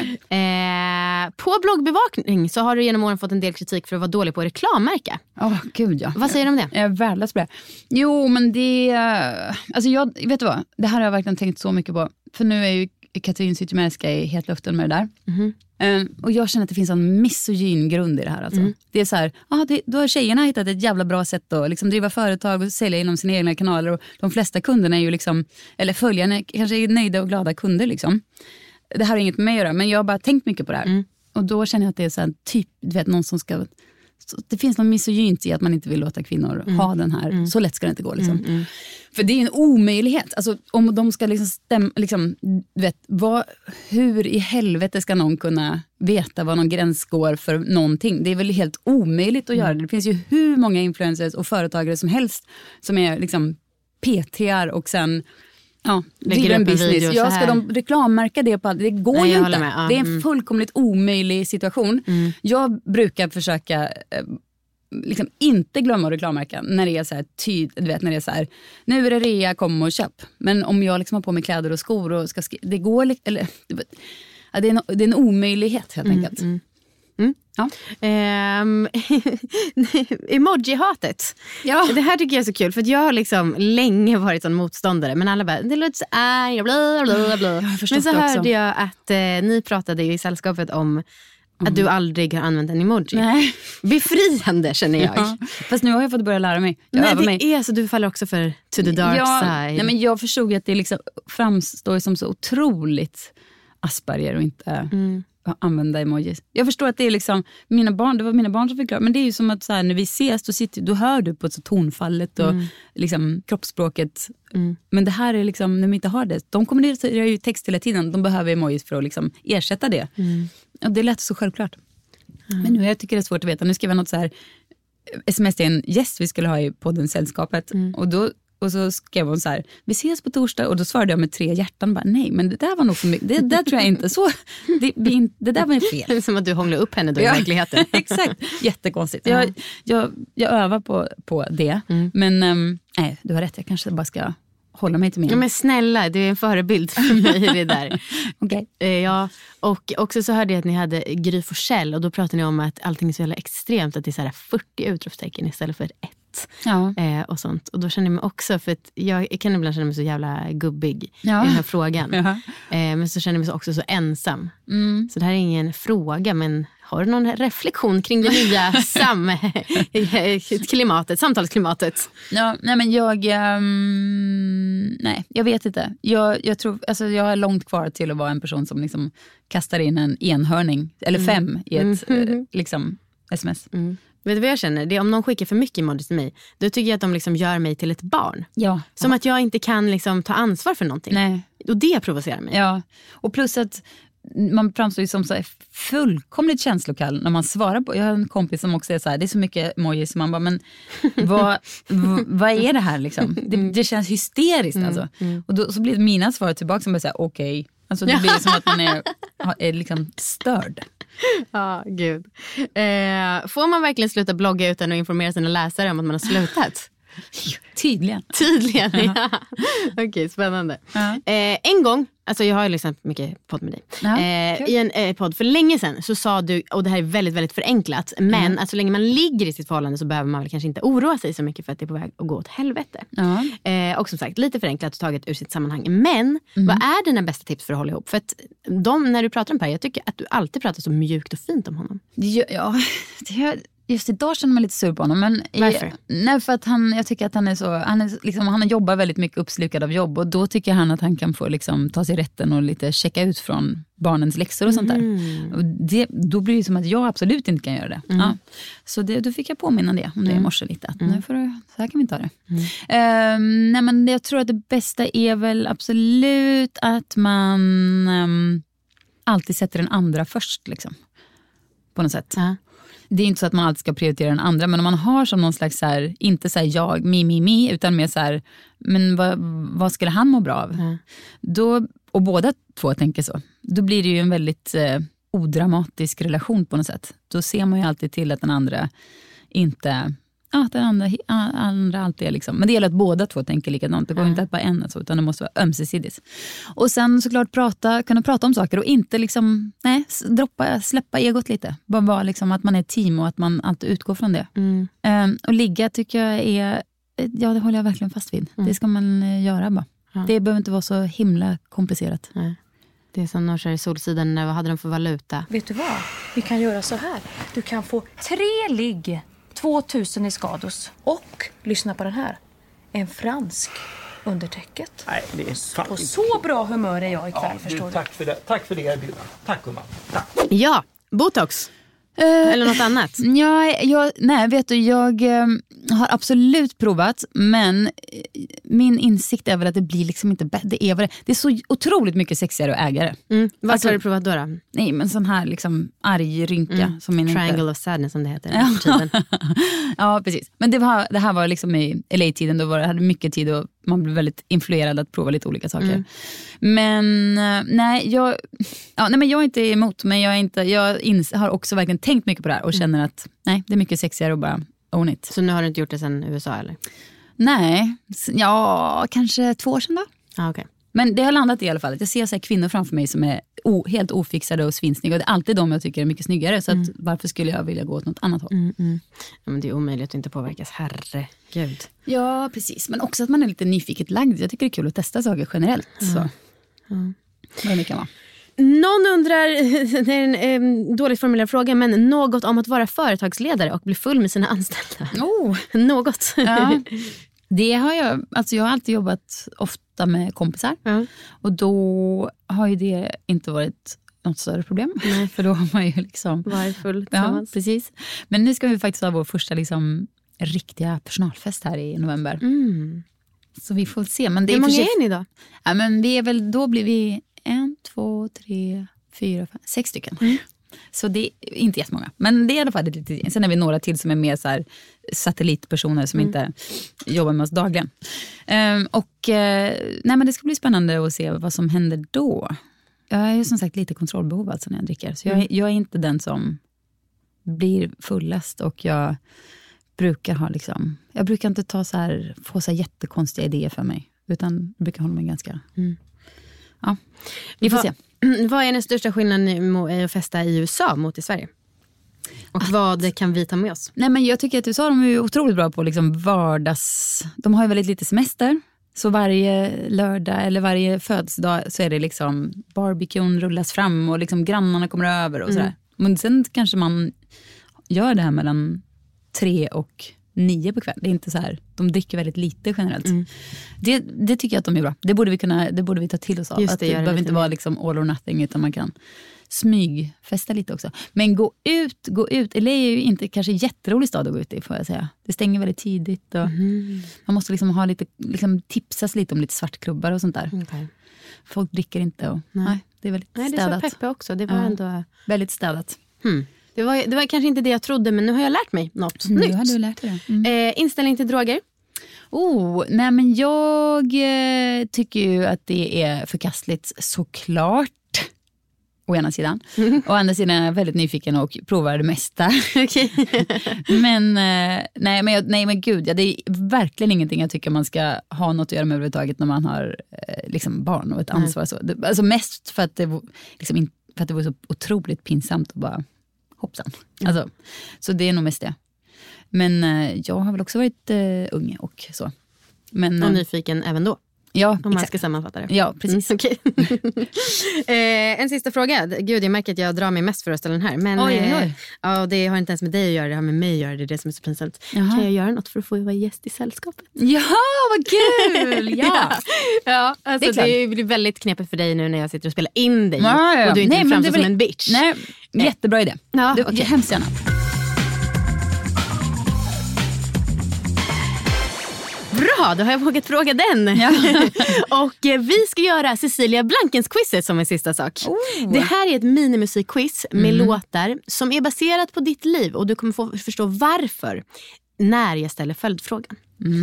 På bloggbevakning så har du genom åren fått en del kritik för att vara dålig på reklammärka. Gud ja. Vad säger du om det? Jag är värdelös på det. Jo, men det... Alltså vet du vad? Det här har jag verkligen tänkt så mycket på. För nu är ju Katrin Zytomierska i het luften med det där. Och jag känner att det finns en misogyn grund i det här. Alltså. Det är så här, då har tjejerna hittat ett jävla bra sätt att liksom driva företag och sälja inom sina egna kanaler. Och de flesta kunderna är ju liksom, eller följarna kanske är nöjda och glada kunder liksom. Det här har inget med mig att göra, men jag har bara tänkt mycket på det här. Och då känner jag att det är så här, typ, du vet, någon som ska... Det finns någon misogynt i att man inte vill låta kvinnor ha den här. Så lätt ska det inte gå liksom. För det är en omöjlighet. Alltså, om de ska liksom, du vet, hur i helvete ska någon kunna veta vad någon gräns går för någonting? Det är väl helt omöjligt att göra det. Det finns ju hur många influencers och företagare som helst som är liksom PT:ar och sen... Ja, lägger en business. Ska de reklammärka det på allt? Det går ju inte. Det är en fullkomligt omöjlig situation. Jag brukar försöka liksom inte glömma att reklammärka när det är så här du vet, när det är så här, nu är det rea, kom och köp. Men om jag liksom har på mig kläder och skor och ska det går eller det är en omöjlighet helt enkelt. Ja. Emoji-hatet. Det här tycker jag är så kul. För jag har liksom länge varit en motståndare. Men alla bara, det låter så arg, bla bla bla. Men så hörde jag att ni pratade i sällskapet om att du aldrig har använt en emoji. Nej. Befriande känner jag. Fast nu har jag fått börja lära mig. Är så du faller också för to the dark side. Nej, men jag förstod att det liksom framstår som så otroligt Asperger och inte... använda emojis. Jag förstår att det är liksom det var mina barn som förklarar, men det är ju som att så här, när vi ses då hör du på ett så tonfallet och liksom kroppsspråket. Men det här är liksom, när vi inte har det, de kommunicerar ju text hela tiden, de behöver emojis för att liksom ersätta det. Och det lät så självklart. Men nu jag tycker det är svårt att veta. Nu skrev jag något så här, sms till en gäst vi skulle ha i podden Sällskapet och så skrev hon så här, vi ses på torsdag, och då svarade jag med 3 hjärtan. Bara, nej, men det där var nog för mycket. Det där tror jag inte så. Det där var fel. Det är som att du hånglar upp henne då i verkligheten. Exakt, jättekonstigt. Jag övar på det. Men nej, du har rätt, jag kanske bara ska hålla mig till min. Ja, men snälla, du är en förebild för mig i det där. Okej. Ja, och också så hörde jag att ni hade Gry Forssell, och då pratade ni om att allting är så jävla extremt, att det är så här 40 utropstecken istället för 1. Och sånt. Och då känner jag mig också, för att jag kan ibland känna mig så jävla gubbig i den här frågan. Men så känner jag mig också så ensam. Så det här är ingen fråga, men har du någon reflektion kring det nya samtalsklimatet? Ja, nej men jag vet inte. Jag tror, alltså jag har långt kvar till att vara en person som liksom kastar in en enhörning eller 5 i ett liksom sms. Vet du vad jag känner? Det är om någon skickar för mycket emojis till mig, då tycker jag att de liksom gör mig till ett barn. Som att jag inte kan liksom ta ansvar för någonting. Nej. Och det provocerar mig. Ja, och plus att man framstår ju som så fullkomligt känslokall när man svarar på. Jag har en kompis som också är så här, det är så mycket emojis som man bara, men vad är det här liksom? Det känns hysteriskt alltså. Och då så blir mina svar tillbaka som bara säga okej. Alltså det blir som att man är liksom störd. Ja, gud. Får man verkligen sluta blogga utan att informera sina läsare om att man har slutat? Tydligen, ja. Okej, spännande. En gång, alltså jag har ju lyssnat mycket podd med dig. I en podd för länge sedan så sa du, och det här är väldigt, väldigt förenklat, men alltså, så länge man ligger i sitt förhållande så behöver man väl kanske inte oroa sig så mycket för att det är på väg att gå åt helvete. Och som sagt, lite förenklat och taget ur sitt sammanhang. Men vad är dina bästa tips för att hålla ihop? För att när du pratar om Per, jag tycker att du alltid pratar så mjukt och fint om honom. just idag känner man lite sur på honom. Men varför? Nej, för att jag tycker att han jobbar väldigt mycket uppslukad av jobb. Och då tycker han att han kan få liksom ta sig rätten och lite checka ut från barnens läxor och sånt där. Och då blir det som att jag absolut inte kan göra det. Ja. Så då fick jag påminna det om det i morse lite. Att nu får så här kan vi ta det. Nej, men jag tror att det bästa är väl absolut att man alltid sätter den andra först liksom. På något sätt. Det är inte så att man alltid ska prioritera den andra, men om man har som någon slags så här, inte så här jag, me, utan mer så här, men vad skulle han må bra av? Då, och båda två tänker så, då blir det ju en väldigt odramatisk relation på något sätt. Då ser man ju alltid till att den andra inte, att den andra alltid är liksom, men det gäller att båda två tänker likadant. Det går inte att bara en så, utan det måste vara ömsesidigt. Och sen såklart kunna prata om saker och inte liksom, släppa egot lite. Bara vara liksom att man är ett team och att man alltid utgår från det. Och ligga tycker jag är, det håller jag verkligen fast vid. Det ska man göra bara. Det behöver inte vara så himla komplicerat. Det är som när de kör i Solsidan, vad hade de för valuta? Vet du vad? Vi kan göra så här. Du kan få 3 ligg, 2000 i Skados. Och, lyssna på den här, en fransk under täcket. Nej, det är fan. Och så bra humör är jag ikväll, förstår du. Tack för det. Tack för det erbjudandet. Tack, gumman. Tack. Ja, Botox. Eller något annat? Nej, vet du, jag har absolut provat, men min insikt är väl att det blir liksom inte bättre. Det är så otroligt mycket sexigare att äga det. Vad har du provat då? Nej, men sån här liksom arg rynka. Som Triangle of Sadness som det heter. Ja, precis. Men det här var liksom i LA-tiden, då hade mycket tid och man blev väldigt influerad att prova lite olika saker. Men nej, jag är inte emot, men jag har också verkligen tänkt mycket på det här och känner att nej, det är mycket sexigare att bara own it. Så nu har du inte gjort det sedan USA eller? Nej, kanske 2 år sedan då. Okay. Men det har landat i alla fall. Jag ser så här kvinnor framför mig som är helt ofixade och svinsnygga. Och det är alltid de jag tycker är mycket snyggare. Så att varför skulle jag vilja gå åt något annat håll? Ja, men det är omöjligt att inte påverkas. Herregud. Ja, precis. Men också att man är lite nyfiket lagd. Jag tycker det är kul att testa saker generellt. Så. Vad det kan vara. Någon undrar, det är en dåligt formulerad fråga, men något om att vara företagsledare och bli full med sina anställda. Något. Ja. Det har jag har alltid jobbat ofta med kompisar. Och då har ju det inte varit något större problem. Nej. För då har man ju liksom varit full tillsammans. Ja, precis. Men nu ska vi faktiskt ha vår första liksom riktiga personalfest här i november. Så vi får se. Men det hur många är ni då? Ja, men då blir vi 1, 2, 3, 4, 5, 6 stycken. Så det är inte jättemånga. Men det är i alla fall lite. Sen är vi några till som är mer så här satellitpersoner som inte jobbar med oss dagligen. Nej, men det ska bli spännande att se vad som händer då. Jag är ju som sagt lite kontrollbehov alltså när jag dricker. Så jag är inte den som blir fullast, och jag brukar inte få så här jättekonstiga idéer för mig. Utan jag brukar hålla mig ganska... Ja, vi får se. Vad är den största skillnaden i att festa i USA mot i Sverige? Och vad kan vi ta med oss? Nej, men jag tycker att USA de är otroligt bra på liksom vardags... De har ju väldigt lite semester. Så varje lördag eller varje födelsedag så är det liksom barbecuen rullas fram och liksom grannarna kommer över och sådär. Men sen kanske man gör det här mellan 3 och 9 på kväll. Det är inte så här, de dricker väldigt lite generellt. Det tycker jag att de är bra. Det borde vi ta till oss av. Just det behöver inte vara liksom all or nothing, utan man kan smygfesta lite också. Men gå ut. LA är ju inte kanske jätterolig stad att gå ut i, får jag säga. Det stänger väldigt tidigt och man måste liksom ha lite, liksom tipsas lite om lite svartklubbar och sånt där. Okay. Folk dricker inte och nej, det är väldigt städat. Det är så Peppe också. Det var ändå väldigt städat. Det var kanske inte det jag trodde, men nu har jag lärt mig något nytt. Nu har du lärt dig det. Inställning till droger? Nej, men jag tycker ju att det är förkastligt, såklart. Å ena sidan. Å andra sidan är jag väldigt nyfiken och provar det mesta. Men men gud, det är verkligen ingenting jag tycker man ska ha något att göra med överhuvudtaget när man har liksom barn och ett ansvar. Så. Alltså mest för att det var så otroligt pinsamt att bara hoppsan. Alltså, så det är nog mest det. Men jag har väl också varit ung och så. Men, och nyfiken även då? Ja, om man ska sammanfatta det. Ja, precis. Okay. En sista fråga. Gud, jag märker att jag drar mig mest för att ställa den här. Men oj. Ja, det har inte ens med dig att göra, det har med mig att göra. Det är det som är så pinsamt. Jaha. Kan jag göra något för att få vara gäst i sällskapet? Ja, vad kul! Ja, alltså det blir väldigt knepigt för dig nu när jag sitter och spelar in dig. Ja. Och du inte framstår som en bitch. Nej, jättebra idé. Ja, du, okay. Hemskt gärna. Bra, då har jag vågat fråga den. Ja. Och vi ska göra Cecilia Blankens-quizet som en sista sak. Det här är ett minimusikquiz med låtar som är baserat på ditt liv. Och du kommer få förstå varför när jag ställer följdfrågan.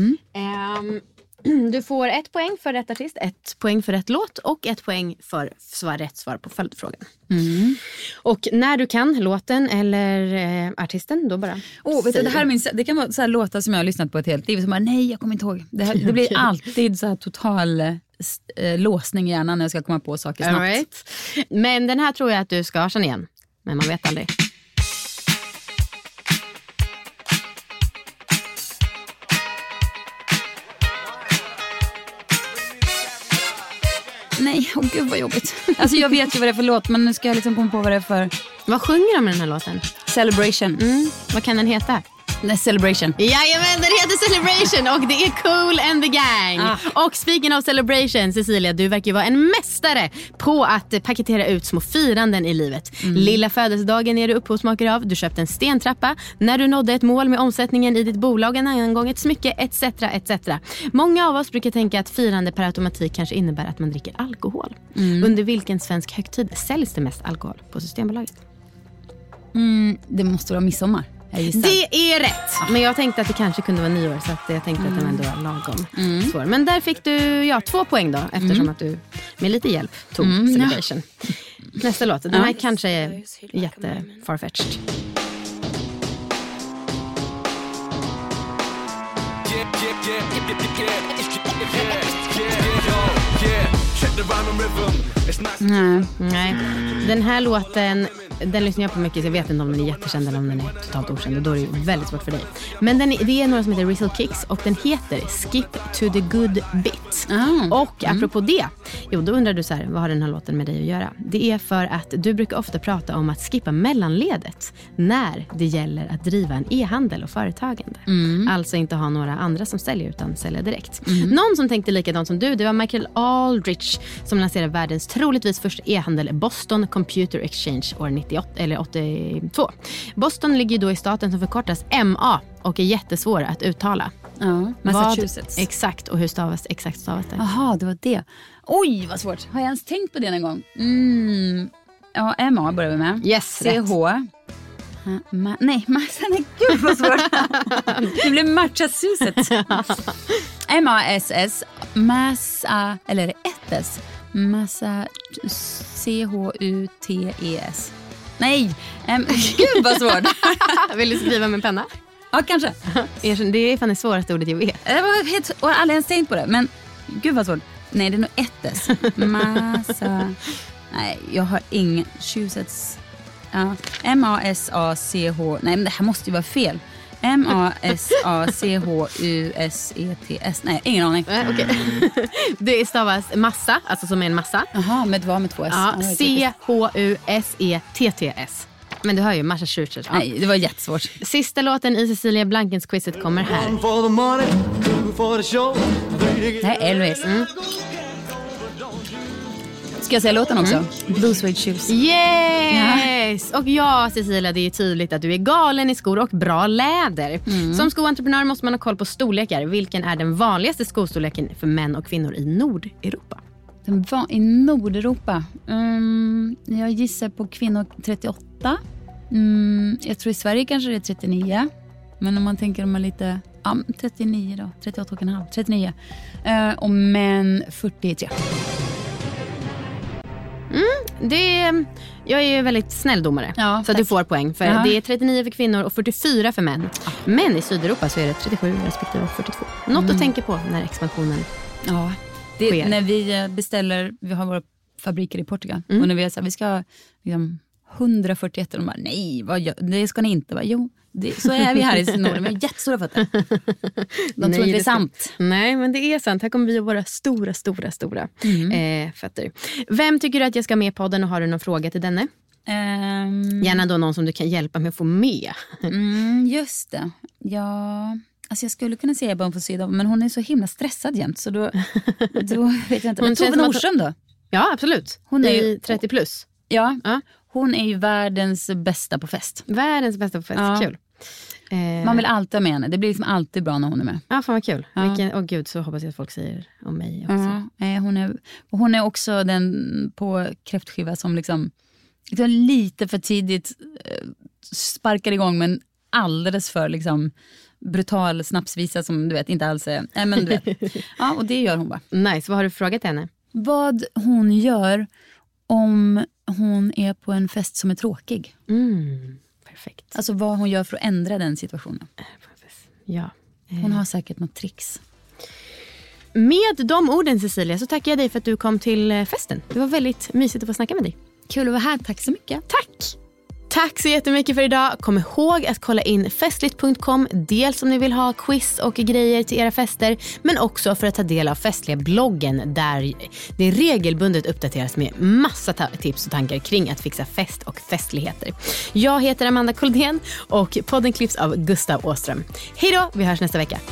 Du får 1 poäng för rätt artist, 1 poäng för rätt låt och 1 poäng för rätt svar på följdfrågan. Och när du kan låten eller artisten, då bara vet du, det här det kan vara så här låtar som jag har lyssnat på ett helt liv som bara, nej, jag kommer inte ihåg. Det blir alltid så här total låsning i hjärnan när jag ska komma på saker snabbt. Right. Men den här tror jag att du ska känna igen, men man vet aldrig. Nej, gud vad jobbigt. Alltså jag vet ju vad det är för låt, men nu ska jag liksom komma på vad det är för... Vad sjunger de med den här låten? Celebration. Vad kan den heta? Celebration. Jajamän, den heter Celebration och det är Kool and the Gang. Och speaking of celebration, Cecilia, du verkar ju vara en mästare på att paketera ut små firanden i livet. Lilla födelsedagen är du upphovsmakare av. Du köpte en stentrappa när du nådde ett mål med omsättningen i ditt bolag, en annan gång ett smycke, etc. etc. Många av oss brukar tänka att firande per automatik kanske innebär att man dricker alkohol. Under vilken svensk högtid säljs det mest alkohol på Systembolaget? Det måste vara midsommar. Det är rätt. Men jag tänkte att det kanske kunde vara nyår, så att jag tänkte att den ändå var lagom svår. Men där fick du 2 poäng då, eftersom att du med lite hjälp tog Celebration. Nästa låt, den här kanske är jätte farfetched. Nej. Den här låten, den lyssnar jag på mycket, så jag vet inte om den är jättekänd eller om den är totalt okänd, och då är det väldigt svårt för dig. Men det är några som heter Rizzle Kicks och den heter Skip to the Good Bit. Och apropå det, då undrar du så här, vad har den här låten med dig att göra? Det är för att du brukar ofta prata om att skippa mellanledet när det gäller att driva en e-handel och företagande. Alltså inte ha några andra som säljer, utan sälja direkt. Någon som tänkte likadant som du, det var Michael Aldrich som lanserade världens troligtvis första e-handel, Boston Computer Exchange, år 82. Boston ligger då i staten som förkortas MA och är jättesvår att uttala. Massachusetts. Exakt, och hur stavas det? Jaha, det var det. Oj, vad svårt. Har jag ens tänkt på det någon gång? MA börjar vi med. Yes, CH. Nej, gud vad svårt. Det blev Massachusetts. MASS. Massa, eller är det ett S? Massa, CHUTES. Nej, gud vad svårt. Vill du skriva med penna? Ja, kanske. Det är fan det svåraste ordet jag vet. Jag har aldrig ens tänkt på det, men gud vad svårt. Nej, det är nog ett S. Massa. Nej, jag har ingen. Massachusetts. Ja. M-A-S-A-C-H. Nej, men det här måste ju vara fel. M-A-S-A-C-H-U-S-E-T-S. Nej, ingen aning. Okay. Det stavas massa, alltså som är en massa. Jaha, med 2 S. Ja, C-H-U-S-E-T-T-S. Men du hör ju, Massachusetts. Ja. Nej, det var jättesvårt. Sista låten i Cecilia Blankens-quizet kommer här. Det här är Elvis. Ska jag säga låten också? Blue Suede Shoes. Yes! Och ja, Cecilia, det är tydligt att du är galen i skor och bra läder. Som skoentreprenör måste man ha koll på storlekar. Vilken är den vanligaste skostorleken för män och kvinnor i Nordeuropa? I Nordeuropa? Jag gissar på kvinnor 38. Jag tror i Sverige kanske det är 39. Men om man tänker om man lite... 39 då. 38,5. 39. Och män 43. Jag är ju väldigt snäll domare, så tack. Du får poäng. För det är 39 för kvinnor och 44 för män. Men i Sydeuropa så är det 37 respektive 42. Något att tänka på när expansionen sker. När vi beställer, vi har våra fabriker i Portugal. Och när vi har sagt vi ska ha 141 och de bara, nej, det ska ni inte vara. Jo, Så är vi här i Norden, vi har jättestora fötter. De tror inte det är sant. Nej, men det är sant. Här kommer vi att vara stora fötter. Vem tycker du att jag ska med på podden och har du någon fråga till denne? Gärna då någon som du kan hjälpa mig att få med. Just det. Ja, alltså jag skulle kunna säga Ebba von Sydow, men hon är så himla stressad jämt. Så då vet jag inte. Men Tove Nordström då? Ja, absolut. Hon är 30 plus. Ja, hon är ju världens bästa på fest. Världens bästa på fest, kul. Man vill alltid ha med henne. Det blir liksom alltid bra när hon är med. Ja, fan vad kul. Åh gud, så hoppas jag att folk säger om mig också. Hon är också den på kräftskiva som liksom lite för tidigt sparkar igång, men alldeles för liksom brutal snapsvisa som du vet inte alls är. Men du vet. Ja, och det gör hon bara. Nice, vad har du frågat henne? Vad hon gör om hon är på en fest som är tråkig. Perfekt. Alltså vad hon gör för att ändra den situationen. Ja. Hon har säkert något tricks. Med de orden, Cecilia, så tackar jag dig för att du kom till festen. Det var väldigt mysigt att få snacka med dig. Kul att vara här, tack så mycket. Tack så jättemycket för idag. Kom ihåg att kolla in festligt.com. Dels om ni vill ha quiz och grejer till era fester, men också för att ta del av festliga bloggen där det regelbundet uppdateras med massa tips och tankar kring att fixa fest och festligheter. Jag heter Amanda Koldén och podden klipps av Gustav Åström. Hej då, vi hörs nästa vecka.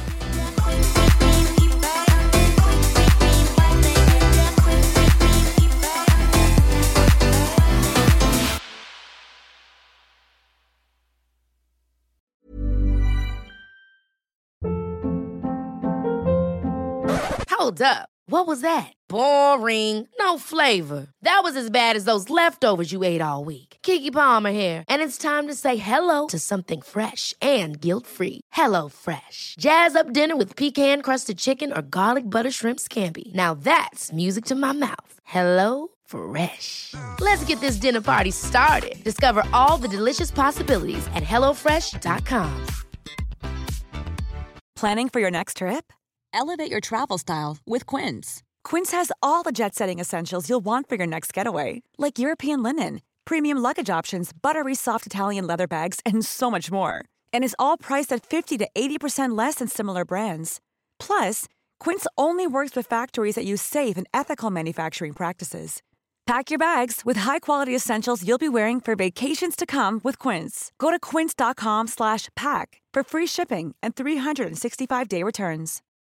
Hold up. What was that? Boring. No flavor. That was as bad as those leftovers you ate all week. Keke Palmer here, and it's time to say hello to something fresh and guilt-free. Hello Fresh. Jazz up dinner with pecan-crusted chicken or garlic butter shrimp scampi. Now that's music to my mouth. Hello Fresh. Let's get this dinner party started. Discover all the delicious possibilities at hellofresh.com. Planning for your next trip? Elevate your travel style with Quince. Quince has all the jet-setting essentials you'll want for your next getaway, like European linen, premium luggage options, buttery soft Italian leather bags, and so much more. And is all priced at 50 to 80% less than similar brands. Plus, Quince only works with factories that use safe and ethical manufacturing practices. Pack your bags with high-quality essentials you'll be wearing for vacations to come with Quince. Go to quince.com/pack for free shipping and 365-day returns.